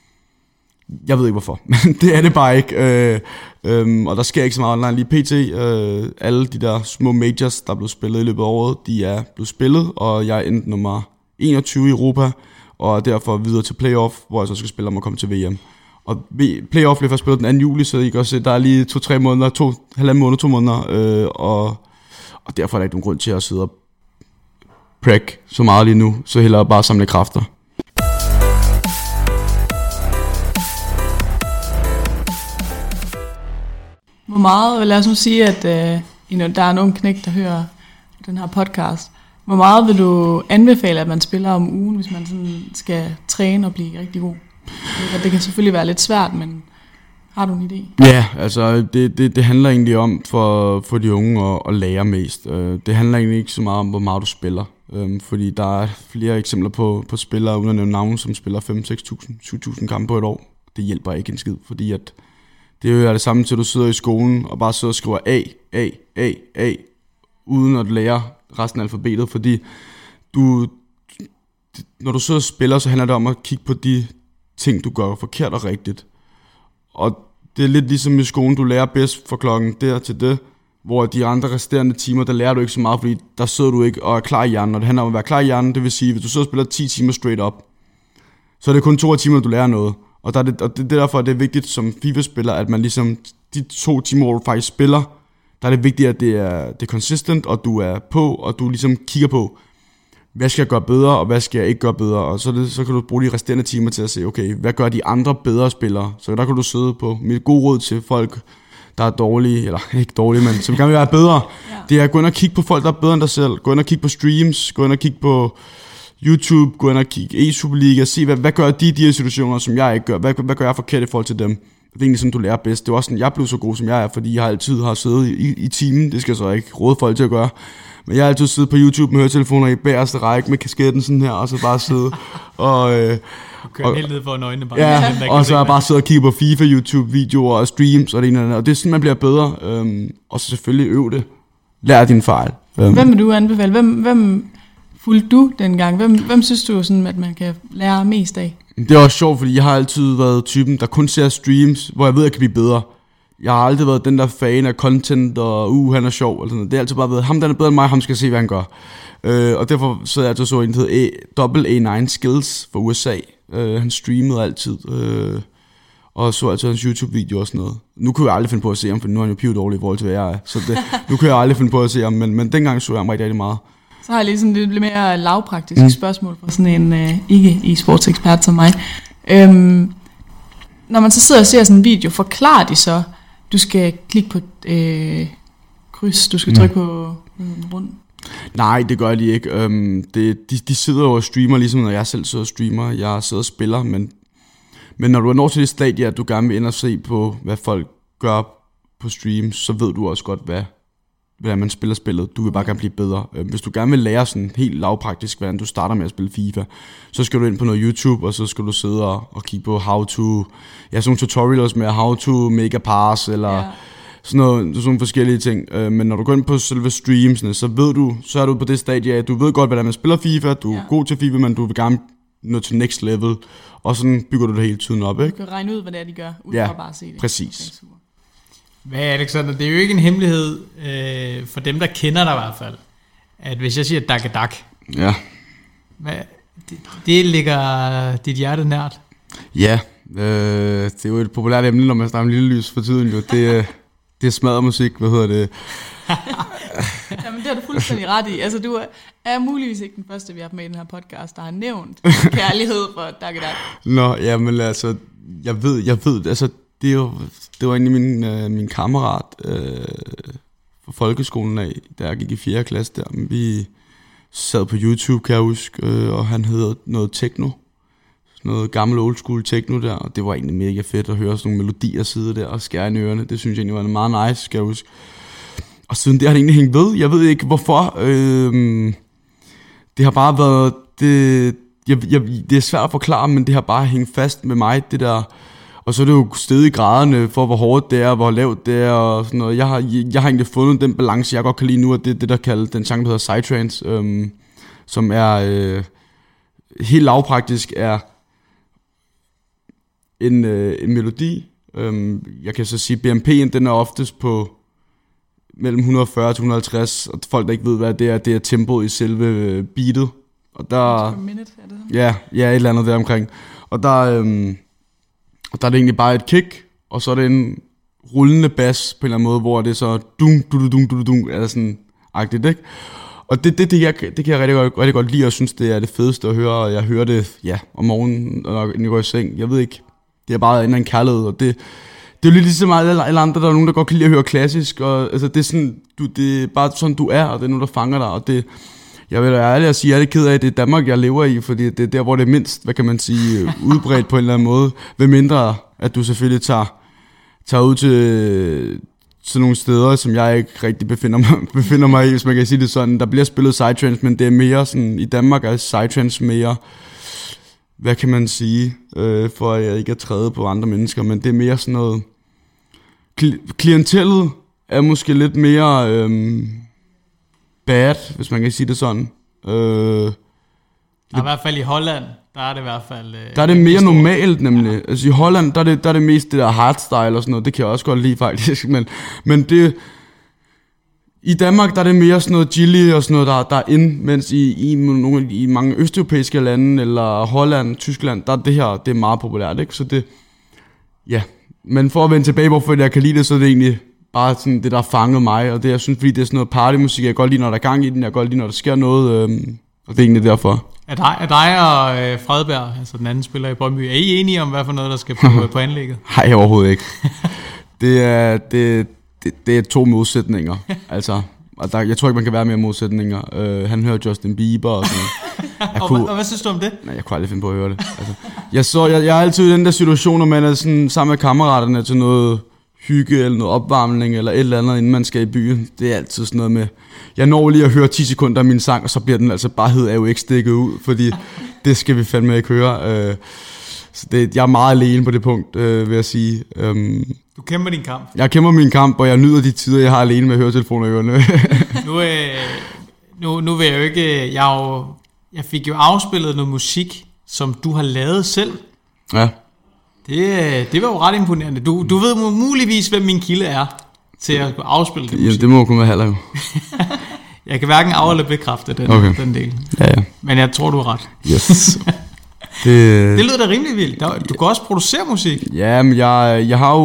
jeg ved ikke hvorfor, men det er det bare ikke. Og der sker ikke så meget online lige pt. Alle de der små majors, der er blevet spillet i løbet af året, de er blevet spillet, og jeg er endt nummer 21 i Europa, og derfor videre til playoff, hvor jeg så skal spille om at komme til VM. Og playoff bliver først spillet den 2. juli, så I kan også se, der er lige 2-3 måneder, 2 måneder, og derfor er der ikke nogen grund til at sidde og præk så meget lige nu, så hellere bare samle kræfter. Hvor meget, lad os nu sige, at der er nogen knæk, der hører den her podcast. Hvor meget vil du anbefale, at man spiller om ugen, hvis man sådan skal træne og blive rigtig god? Det kan selvfølgelig være lidt svært, men har du en idé? Ja, altså det handler egentlig om for de unge at lære mest. Det handler egentlig ikke så meget om, hvor meget du spiller. Fordi der er flere eksempler på spillere, uden at nævne navne, som spiller 5.000, 6.000, 7.000 kampe på et år. Det hjælper ikke en skid, fordi at det er jo det samme til, at du sidder i skolen og bare sidder og skriver A, uden at lære resten af alfabetet, fordi når du sidder og spiller, så handler det om at kigge på de ting, du gør forkert og rigtigt. Og det er lidt ligesom i skolen, du lærer bedst fra klokken der til det, hvor de andre resterende timer, der lærer du ikke så meget, fordi der sidder du ikke og er klar i hjernen. Og det handler om at være klar i hjernen, det vil sige, hvis du sidder og spiller 10 timer straight up, så er det kun 2 timer, du lærer noget. Og det er derfor, det er vigtigt som FIFA-spiller, at man ligesom, de 2 timer, hvor du faktisk spiller, der er det vigtigt, at det er consistent, og du er på, og du ligesom kigger på, hvad skal jeg gøre bedre, og hvad skal jeg ikke gøre bedre, og så kan du bruge de resterende timer til at se, okay, hvad gør de andre bedre spillere, så der kan du sidde på mit gode råd til folk, der er dårlige, eller ikke dårlige, men som gerne vil være bedre. Det er at gå ind og kigge på folk, der er bedre end dig selv, gå ind og kigge på streams, gå ind og kigge på YouTube, gå ind og kigge e-Superliga, se hvad gør de her situationer, som jeg ikke gør, hvad gør jeg forkert i forhold til dem. Det er egentlig sådan, du lærer bedst. Det er også sådan, jeg blev så god, som jeg er, fordi jeg altid har siddet i timen. Det skal jeg så ikke råde folk til at gøre. Men jeg har altid siddet på YouTube med høretelefoner i bagerste række med kasketten sådan her, og så bare sidde og... kører helt ned for øjnene bare. Ja, og så har jeg bare siddet og kigget på FIFA, YouTube-videoer og streams og det ene og det andet. Og det er sådan, man bliver bedre. Og så selvfølgelig øv det. Lær din fejl. Hvem vil du anbefale? Hvem fulgte du dengang? Hvem synes du, sådan, at man kan lære mest af? Det er også sjovt, fordi jeg har altid været typen, der kun ser streams, hvor jeg ved, at jeg kan blive bedre. Jeg har aldrig været den der fan af content, og han er sjov. Eller sådan noget. Det har altid bare været, ham der er bedre end mig, ham skal se, hvad han gør. Og derfor så jeg altid så en, der hedder AA9 Skills fra USA. Han streamede altid, og så altid hans YouTube-video og sådan noget. Nu kunne jeg aldrig finde på at se ham, for nu er han jo pivdårlig i forhold til, hvad jeg er. Så nu kan jeg aldrig finde på at se ham, men dengang så jeg ham rigtig meget. Så har jeg lige sådan lidt mere lavpraktiske spørgsmål fra sådan en ikke-e-sportsekspert som mig. Når man så sidder og ser sådan en video, forklarer de så, du skal klikke på kryds, du skal trykke på rundt? Nej, det gør de ikke. De sidder jo og streamer, ligesom når jeg selv sidder og streamer. Jeg sidder og spiller, men når du er nået til det stadie, at du gerne vil ind og se på, hvad folk gør på stream, så ved du også godt, hvordan man spiller spillet. Du vil bare gerne blive bedre. Hvis du gerne vil lære sådan helt lavpraktisk, hvordan du starter med at spille FIFA, så skal du ind på noget YouTube, og så skal du sidde og kigge på how to... Ja, sådan nogle tutorials med how to make a pass, eller sådan nogle forskellige ting. Men når du går ind på selve streamsene, så er du på det stadie af, at du ved godt, hvordan man spiller FIFA, du er god til FIFA, men du vil gerne nå til next level, og sådan bygger du det hele tiden op, ikke? Du kan regne ud, hvad det er, de gør, uden at bare se det. Præcis. Okay, hvad er Alexander? Det er jo ikke en hemmelighed for dem, der kender dig i hvert fald, at hvis jeg siger dak, det ligger dit hjerte nært. Ja, det er jo et populært emne, når man snakker om lille lys for tiden. Jo. Det er smaddermusik, Jamen det har du fuldstændig ret i. Altså du er muligvis ikke den første, vi har med i den her podcast, der har nævnt kærlighed for dak. Nå, jamen altså, jeg ved, altså det var egentlig min kammerat fra folkeskolen af, da jeg gik i 4. klasse der. Vi sad på YouTube, kan jeg huske, og han hedder noget techno. Noget gammel old school techno der, og det var egentlig mega fedt at høre sådan nogle melodier sidde der og skære i ørerne. Det synes jeg egentlig var meget nice, skal jeg huske. Og siden det har det egentlig hængt ved. Jeg ved ikke hvorfor. Det har bare været... Det er svært at forklare, men det har bare hængt fast med mig, det der... Og så er det jo steget i graderne for, hvor hårdt det er, hvor lavt det er og sådan noget. Jeg har egentlig fundet den balance, jeg godt kan lide nu, og det der kalder den genre, der hedder Psytrance, som er helt lavpraktisk, er en melodi. Jeg kan så sige, BMP'en, den er oftest på mellem 140 til 150, og folk, der ikke ved, hvad det er tempoet i selve beatet. Og der... minute, er det så? Ja, et eller andet der omkring. Og der er det egentlig bare et kick, og så er det en rullende bas på en eller anden måde, hvor det er så dum, eller sådan agtigt, ikke? Og det kan jeg rigtig godt lide, og synes, det er det fedeste at høre, og jeg hører det, om morgenen, når jeg går i seng. Jeg ved ikke, det er bare en kærlighed, og det er jo lidt ligesom alle andre, der er nogen, der godt kan lide at høre klassisk, og altså, det er sådan, det er bare sådan, du er, og det er nogen, der fanger dig, og det... Jeg vil være ærlig at sige, at jeg er lidt ked af, at det er Danmark, jeg lever i, fordi det er der, hvor det er mindst, hvad kan man sige, udbredt på en eller anden måde. Ved mindre, at du selvfølgelig tager ud til sådan nogle steder, som jeg ikke rigtig befinder mig i, hvis man kan sige det sådan. Der bliver spillet Psytrance, men det er mere sådan, i Danmark er Psytrance mere, hvad kan man sige, for at jeg ikke er trædet på andre mennesker, men det er mere sådan noget, klientellet er måske lidt mere... bad, hvis man kan sige det sådan. I hvert fald i Holland, der er det i hvert fald... der er det mere normalt nemlig. Ja. Altså i Holland, der er det mest det der hardstyle og sådan noget. Det kan jeg også godt lide faktisk. Men det... I Danmark, der er det mere sådan noget chili og sådan noget, der er ind. Mens i mange østeuropæiske lande, eller Holland, Tyskland, der er det her, det er meget populært, ikke? Så det... Ja. Men for at vende tilbage, hvorfor jeg kan lide det, så er det egentlig... bare sådan det, der har fanget mig, og det, jeg synes, fordi det er sådan noget partymusik, jeg kan godt lide, når der er gang i den, jeg kan godt lide, når der sker noget, Og det er egentlig derfor. Er dig og Fredberg, altså den anden spiller i Brøndby, er I enige om, hvad for noget, der skal på anlægget? Nej, overhovedet ikke. Det er 2 modsætninger. Altså, og jeg tror ikke, man kan være mere modsætninger. Han hører Justin Bieber og sådan. Og hvad synes du om det? Nej, jeg kunne aldrig finde på at høre det. Altså, jeg er altid i den der situation, når man er sådan, sammen med kammeraterne til noget hygge eller noget opvarmning eller et eller andet, inden man skal i byen. Det er altid sådan noget med, jeg når lige at høre 10 sekunder af min sang, og så bliver den altså bare hed AUX dækket ud, fordi det skal vi fandme ikke høre. Så jeg er meget alene på det punkt, vil jeg sige. Du kæmper din kamp. Jeg kæmper min kamp, og jeg nyder de tider, jeg har alene med høretelefoner i ørerne. Nu vil jeg jo ikke... Jeg fik jo afspillet noget musik, som du har lavet selv. Ja. Det var jo ret imponerende. Du ved muligvis, hvem min kilde er til at afspille det musik. Ja, det må jo kun være Haller jo. Jeg kan hverken af- eller bekræfte den del. Ja. Men jeg tror, du er ret. Yes. Det lyder da rimelig vildt. Du kan også producere musik. Ja, men jeg har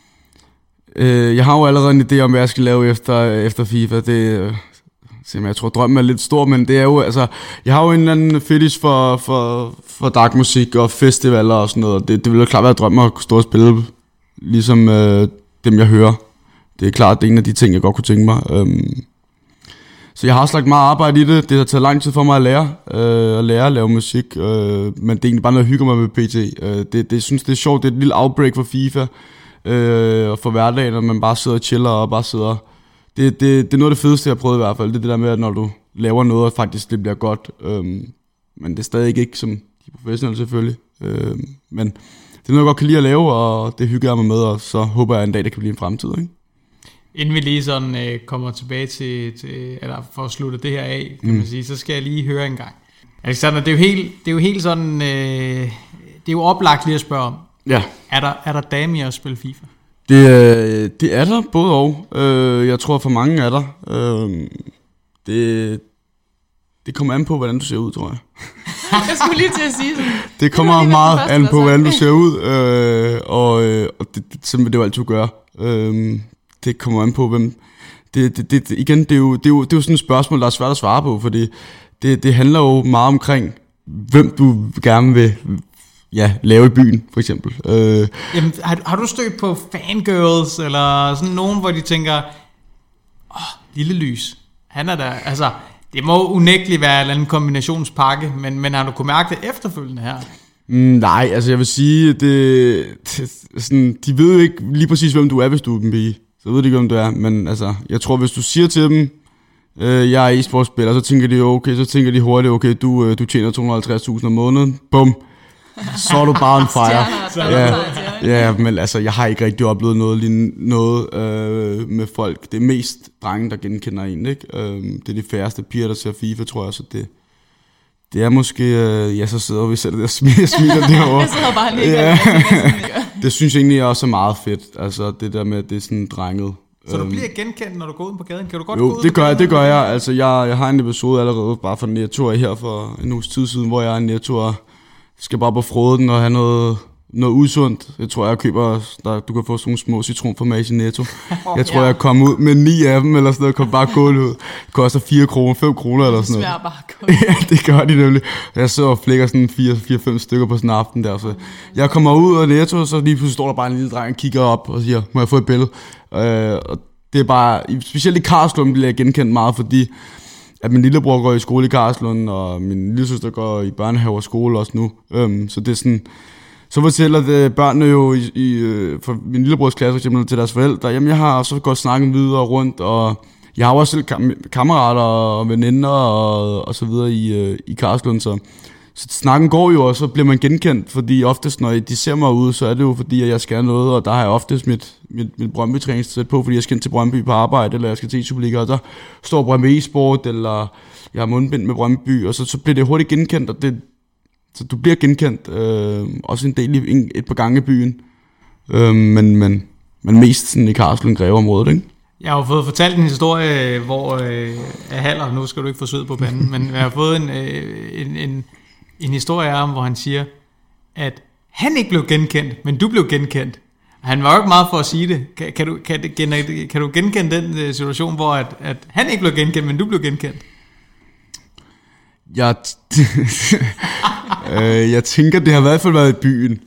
jo allerede en idé om, hvad jeg skal lave efter FIFA. Jeg tror, drømmen er lidt stor, men det er jo, altså, jeg har jo en eller anden fetish for dark musik og festivaler og sådan noget. Det vil jo klart være drømmen at stå og spille, ligesom dem jeg hører. Det er klart, det er en af de ting, jeg godt kunne tænke mig. Så jeg har også lagt meget arbejde i det. Det har taget lang tid for mig at lære at lave musik, men det er egentlig bare noget, jeg hygger mig med PT. Det synes det er sjovt, det er et lille outbreak for FIFA og for hverdagen, når man bare sidder og chiller og bare sidder. Det er noget af det fedeste, jeg har prøvet i hvert fald. Det er det der med, at når du laver noget, og faktisk det bliver godt. Men det er stadig ikke som de professionelle selvfølgelig. Men det er noget, jeg godt kan lide at lave, og det hygger jeg mig med, og så håber jeg en dag, det kan blive en fremtid, ikke? Inden vi lige sådan kommer tilbage til eller for at slutte det her af, kan man sige, så skal jeg lige høre en gang. Alexander, det er jo helt sådan, det er jo oplagt lige at spørge om. Ja. Er der dame i at spille FIFA? Det er der, både og. Jeg tror, for mange er der. Det kommer an på, hvordan du ser ud, tror jeg. Jeg skulle lige til at sige sådan. Det kommer meget an på, hvordan du ser ud, og sådan vil det jo altid gøre. Det kommer an på, hvem... Igen, det er jo sådan et spørgsmål, der er svært at svare på, fordi det handler jo meget omkring, hvem du gerne vil lave i byen, for eksempel. Jamen, har du stødt på fangirls, eller sådan nogen, hvor de tænker, lille lys, han er der, altså, det må unægteligt være en eller anden kombinationspakke, men har du kunnet mærke det efterfølgende her? Nej, altså jeg vil sige, sådan, de ved jo ikke lige præcis, hvem du er, hvis du er en pige. Så ved de ikke, hvem du er, men altså, jeg tror, hvis du siger til dem, jeg er e-sportspiller, så tænker de okay, så tænker de hurtigt, okay, du tjener 250.000 om måneden, bum, så er du bare en fejre. Ja, men altså, jeg har ikke rigtig oplevet noget med folk. Det er mest drenge, der genkender en, ikke? Det er de færreste piger, der ser FIFA, tror jeg, så det er måske, så sidder vi selv der og smiler derovre. Jeg sidder bare lige Det synes jeg egentlig også er meget fedt, altså det der med, at det er sådan drenget. Så du bliver genkendt, når du går ud på gaden? Kan du godt jo, gå ud det gør jeg. Altså, jeg har en episode allerede bare fra Netto her for en uges tid siden, hvor jeg er i Netto og skal bare på froden og have noget udsundt. Jeg tror, jeg køber, du kan få sådan nogle små citronformage i Netto. Jeg tror, jeg kom ud med 9 af dem, eller sådan noget, kom bare gål ud. Det koster 4 kroner, 5 kroner eller sådan noget. Ja, det gør de nemlig. Jeg sidder og flækker sådan 4-5 stykker på sådan en aften der. Så jeg kommer ud af Netto, og så lige pludselig står der bare en lille dreng og kigger op og siger, må jeg få et billede? Og det er bare, specielt i Karlslund bliver jeg genkendt meget, fordi at min lillebror går i skole i Karlslund, og min lillesøster går i børnehave og skole også nu. Så det er sådan, så fortæller det børnene jo for min lillebrors klasse for eksempel til deres forældre, jamen jeg har så godt snakket videre rundt, og jeg har også selv kammerater og veninder og så videre i Karlslund, så snakken går jo, og så bliver man genkendt, fordi oftest når de ser mig ude, så er det jo fordi, at jeg skal noget, og der har jeg oftest mit Brøndby-træningssæt på, fordi jeg skal ind til Brøndby på arbejde, eller jeg skal til Superliga, og der står Brøndby e-sport, eller jeg har mundbind med Brøndby, og så bliver det hurtigt genkendt, og så du bliver genkendt, også en del et par gange i byen, men mest sådan i Karlslund Greve-området, ikke? Jeg har jo fået fortalt en historie, hvor Haller, nu skal du ikke få sved på panden, men jeg har fået en historie om, hvor han siger, at han ikke blev genkendt, men du blev genkendt. Han var jo ikke meget for at sige det. Kan du genkende den situation, hvor at han ikke blev genkendt, men du blev genkendt? Jeg tænker, det har i hvert fald været i byen.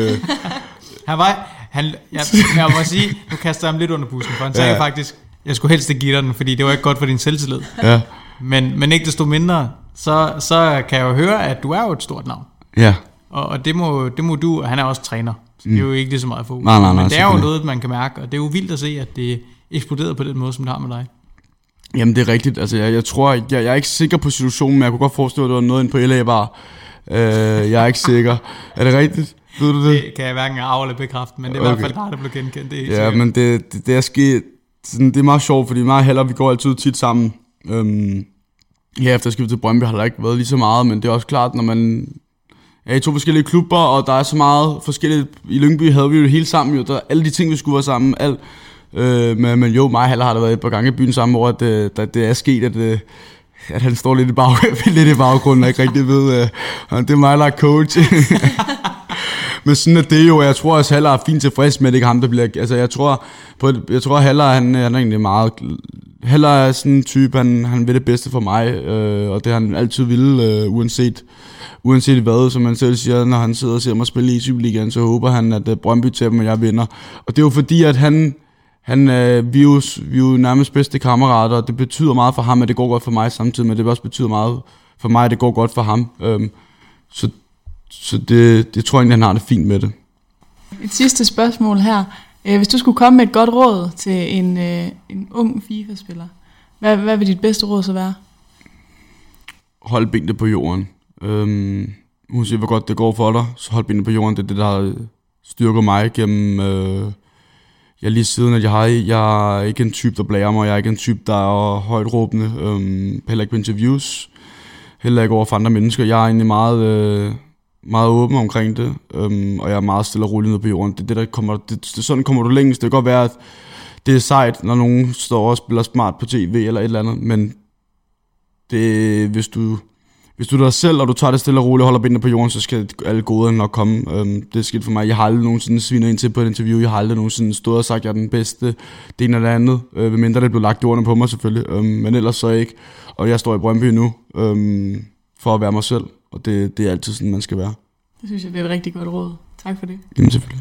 Jeg må sige, nu kaster jeg ham lidt under bussen, for han sagde faktisk, jeg skulle helst ikke give dig den, fordi det var ikke godt for din selvtillid. Ja. Men ikke desto mindre, så kan jeg jo høre, at du er jo et stort navn. Ja. Og det må du, og han er også træner, så det er jo ikke lige så meget fokus. Nej, men det er jo noget, man kan mærke, og det er jo vildt at se, at det eksploderede på den måde, som det har med dig. Jamen det er rigtigt, altså jeg tror, jeg er ikke sikker på situationen, men jeg kunne godt forestille, at det var noget inde på LA Bar. Jeg er ikke sikker. Er det rigtigt? Ved du det? Det kan jeg hverken arve eller bekræfte, men det er i hvert fald dig, der blev genkendt. Det er ja, men det er sket, sådan, det er meget sjovt, fordi mig og Haller, vi går altid tit sammen. Her efter skiftet til Brøndby har der ikke været lige så meget, men det er også klart, når man er i 2 forskellige klubber, og der er så meget forskelligt. I Lyngby havde vi jo det hele sammen, jo. Der alle de ting, vi skulle være sammen, alt. Men jo, mig og Haller har der været et par gange i byen samme år, at det er sket, at han står lidt i baggrunden, og ikke rigtig ved, det er mig, der er coach. Men sådan er det jo, jeg tror også, Haller er fint tilfreds med, at det ikke ham, der bliver... Altså, jeg tror Haller, han er egentlig meget... Haller er sådan en type, han vil det bedste for mig, og det har han altid ville, uanset hvad, som man selv siger, når han sidder og ser mig spille i Superligaen, så håber han, at Brøndby til dem, og jeg vinder. Og det er jo fordi, at vi er jo nærmest bedste kammerater, og det betyder meget for ham, at det går godt for mig samtidig, men det også betyder meget for mig, at det går godt for ham. Så det tror jeg egentlig, han har det fint med det. Et sidste spørgsmål her. Hvis du skulle komme med et godt råd til en ung FIFA-spiller, hvad vil dit bedste råd så være? Hold benene på jorden. Uanset hvor godt det går for dig, så hold benene på jorden. Det er det, der styrker mig gennem... lige siden, at jeg er ikke en type, der blærer mig. Jeg er ikke en type, der er højt råbende. Heller ikke på interviews. Heller ikke over for andre mennesker. Jeg er egentlig meget åben omkring det. Og jeg er meget stille og rolig ned på jorden. Det er det, der kommer... Sådan kommer du længst. Det kan godt være, at det er sejt, når nogen står og spiller smart på tv eller et eller andet. Men det, hvis du er dig selv, og du tager det stille og roligt og holder benene på jorden, så skal alle gode nok komme. Det er skidt for mig. Jeg har aldrig nogensinde svinet ind til på et interview. Jeg har aldrig nogensinde stået og sagt, at jeg er den bedste. Det ene eller det andet. Ved mindre det blev lagt i ordene på mig selvfølgelig. Men ellers så ikke. Og jeg står i Brøndby nu for at være mig selv. Og det er altid sådan, man skal være. Det synes jeg, det er et rigtig godt råd. Tak for det. Jamen selvfølgelig.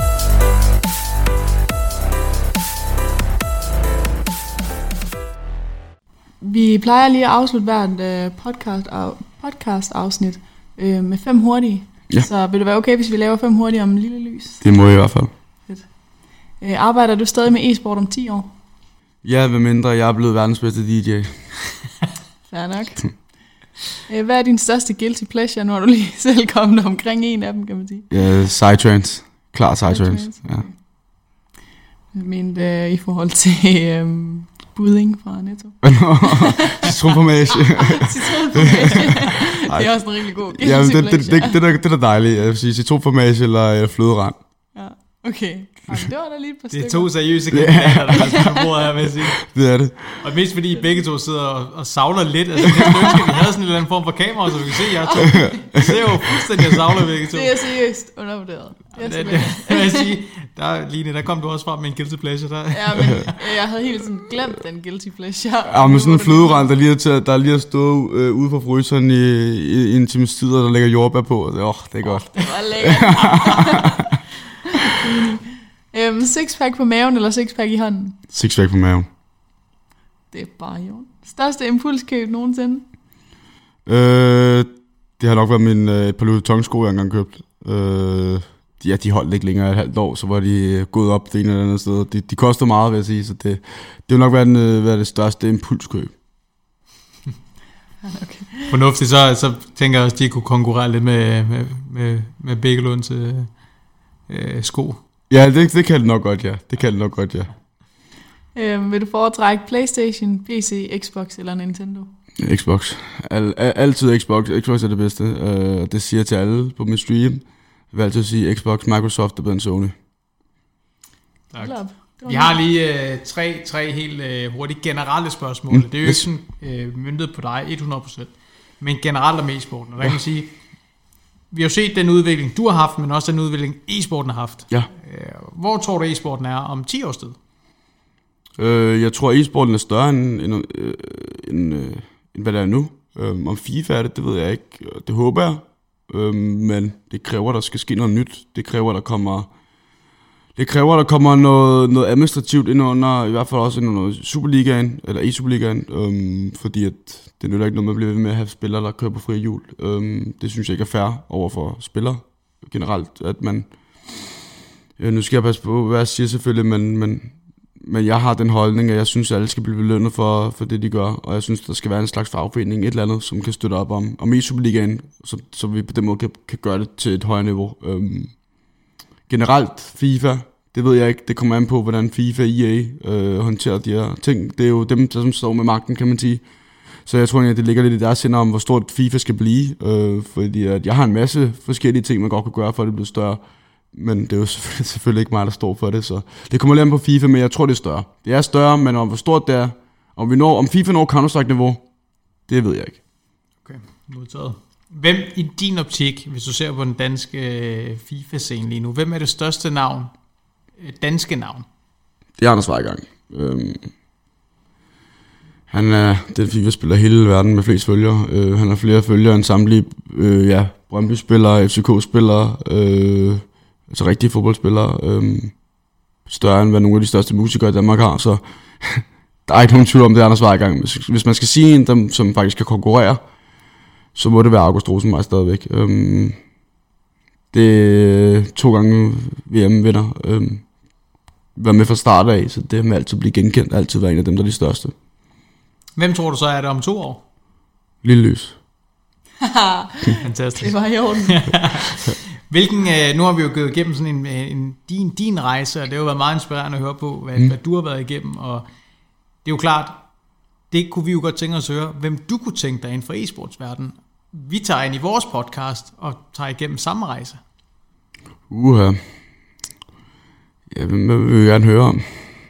Vi plejer lige at afslutte hvert podcast-afsnit med 5 hurtige. Ja. Så vil det være okay, hvis vi laver 5 hurtige om lille lys? Det må jeg i hvert fald. Fedt. Arbejder du stadig med e-sport om 10 år? Ja, ved mindre. Jeg er blevet verdens bedste DJ. Fair nok. Hvad er din største guilty pleasure? Nu har du lige selv kommet omkring en af dem, kan man sige. Ja, psytrance. Klar psytrance. Ja. Jeg mente i forhold til budding fra Netto. Citronformage. Det er også en rigtig god guilty pleasure. Det er dejligt. Jeg vil sige citronformage eller fløderand. Ja, okay. Jamen, det var da lige et par stykker. Det er 2 seriøse kandidater, der er på bordet her, vil jeg sige. Det er det. Og mest fordi I begge to sidder og savler lidt. Altså, det er ønske, vi havde sådan en eller anden form for kamera, så vi kan se jer to. Jeg ser jo fuldstændig at savler begge to. Det er seriøst undervurderet. Det vil jeg sige. Line, der kom du også frem med en guilty pleasure der. Ja, men jeg havde helt sådan glemt den guilty pleasure. Ja, med sådan en fløderand, der lige har stået ude for fryseren i en times tid, og der ligger jordbær på. Det er godt. Det var lækkert. Sixpack på maven eller sixpack i hånden? Sixpack på maven. Det er bare jo. Største impulskøb nogensinde? Det har nok været min et par Louis Vuitton-sko, jeg engang købt. De holdt ikke længere et halvt år, så var de gået op det ene eller andet sted. De koster meget, vil jeg sige, så det vil nok være det største impulskøb. Okay. Fornuftigt, så tænker jeg også, at de kunne konkurrere lidt med Bækkelunds sko. Ja, det kan det nok godt, ja. Vil du foretrække PlayStation, PC, Xbox eller Nintendo? Xbox. Altid Xbox. Xbox er det bedste. Det siger jeg til alle på min stream. Jeg vil altid sige Xbox, Microsoft er bedre end Sony. Tak. Vi har lige tre helt hurtigt generelle spørgsmål. Det er jo ikke sådan myndet på dig 100%, men generelt om e-sporten. Og der kan man sige, vi har jo set den udvikling, du har haft, men også den udvikling, e-sporten har haft. Ja. Hvor tror du, e-sporten er om 10 års tid? Jeg tror, e-sporten er større end hvad det er nu. Om FIFA er det ved jeg ikke. Det håber jeg. Men det kræver, der skal ske noget nyt. Det kræver, der kommer noget administrativt ind under, i hvert fald også ind under Superligaen, eller E-Superligaen, fordi at det nytter ikke noget med at blive ved med at have spillere, der kører på fri hjul. Det synes jeg ikke er fair over for spillere generelt, at man... Nu skal jeg passe på, hvad jeg siger selvfølgelig, men jeg har den holdning, at jeg synes, at alle skal blive belønnet for det, de gør, og jeg synes, der skal være en slags fagforening, et eller andet, som kan støtte op om E-Superligaen, så vi på den måde kan gøre det til et højere niveau. Generelt FIFA, det ved jeg ikke, det kommer an på, hvordan FIFA og EA håndterer de her ting. Det er jo dem, der som står med magten, kan man sige. Så jeg tror, at det ligger lidt i deres hænder om, hvor stort FIFA skal blive, fordi at jeg har en masse forskellige ting, man godt kan gøre, for at det bliver større. Men det er jo selvfølgelig ikke mig, der står for det, så det kommer lidt an på FIFA, men jeg tror, det er større. Det er større, men om hvor stort det er, om FIFA når Counter-Strike-niveau, det ved jeg ikke. Okay, modtaget. Hvem i din optik, hvis du ser på den danske FIFA-scene lige nu, hvem er det største navn, danske navn? Det er Anders Vejgang. Han er den FIFA-spiller i hele verden med flest følgere. Han har flere følgere end samtlige Brøndby-spillere, FCK-spillere, altså rigtige fodboldspillere. Større end hvad nogle af de største musikere i Danmark har, så der er ikke nogen tvivl om, det er Anders Vejgang. Hvis man skal sige en, som faktisk kan konkurrere, så må det være August Rosenberg stadigvæk. Det er 2 gange VM-vinder. Var med fra start af, så det med altid blive genkendt, altid være en af dem, der er de største. Hvem tror du så er det om 2 år? Lille Lys. Fantastisk. Det var i orden. Nu har vi jo gået igennem sådan din rejse, og det har jo været meget inspirerende at høre på, hvad du har været igennem, og det er jo klart, det kunne vi jo godt tænke os at høre, hvem du kunne tænke dig inden for e-sportsverdenen. Vi tager ind i vores podcast og tager igennem samme rejse. Ja, hvem vil vi gerne høre om?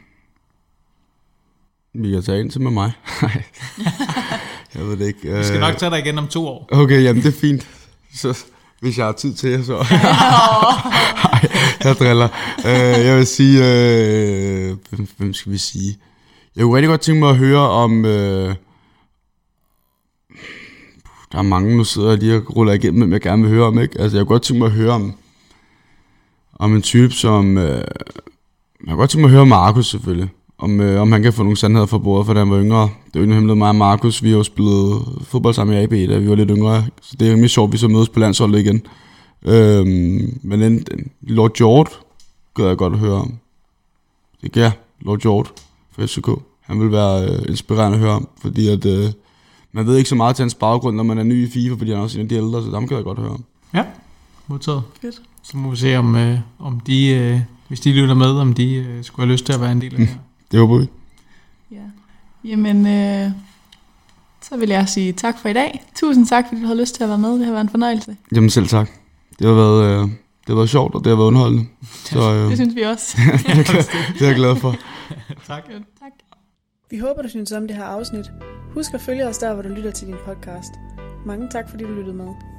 Vi kan tage ind til med mig. Jeg ved det ikke. Vi skal nok tage dig igen om 2 år. Okay, jamen det er fint. Så hvis jeg har tid til det, så... jeg driller. Jeg vil sige... hvem skal vi sige? Jeg kunne rigtig godt tænke mig at høre om... der er mange, nu sidder jeg lige og ruller igennem, hvem jeg gerne vil høre om, ikke? Altså, jeg kunne godt tænke mig at høre om en type, som... jeg kunne godt tænke mig at høre om Markus, selvfølgelig. Om han kan få nogle sandheder fra bordet, for da han var yngre. Det er jo ikke hemmelighed, mig og Markus, vi har jo spillet fodbold sammen i AB, da vi var lidt yngre. Så det er rimelig sjovt, vi så mødes på landsholdet igen. Men Lord George gad jeg godt at høre om. Det kan jeg, Lord George fra FCK. Han vil være inspirerende at høre om, fordi at, man ved ikke så meget til hans baggrund, når man er ny i FIFA, fordi han er også en af de ældre, så dem kan jeg godt høre om. Ja, modtaget. Fedt. Så må vi se, om de, hvis de lytter med, om de skulle have lyst til at være en del af det her. Det håber vi. Ja. Jamen, så vil jeg sige tak for i dag. Tusind tak, fordi du havde lyst til at være med. Det har været en fornøjelse. Jamen selv tak. Det har været sjovt, og det har været underholdende. Så, det synes vi også. det er jeg glad for. Tak. Tak. Vi håber, du synes om det her afsnit. Husk at følge os der, hvor du lytter til din podcast. Mange tak, fordi du lyttede med.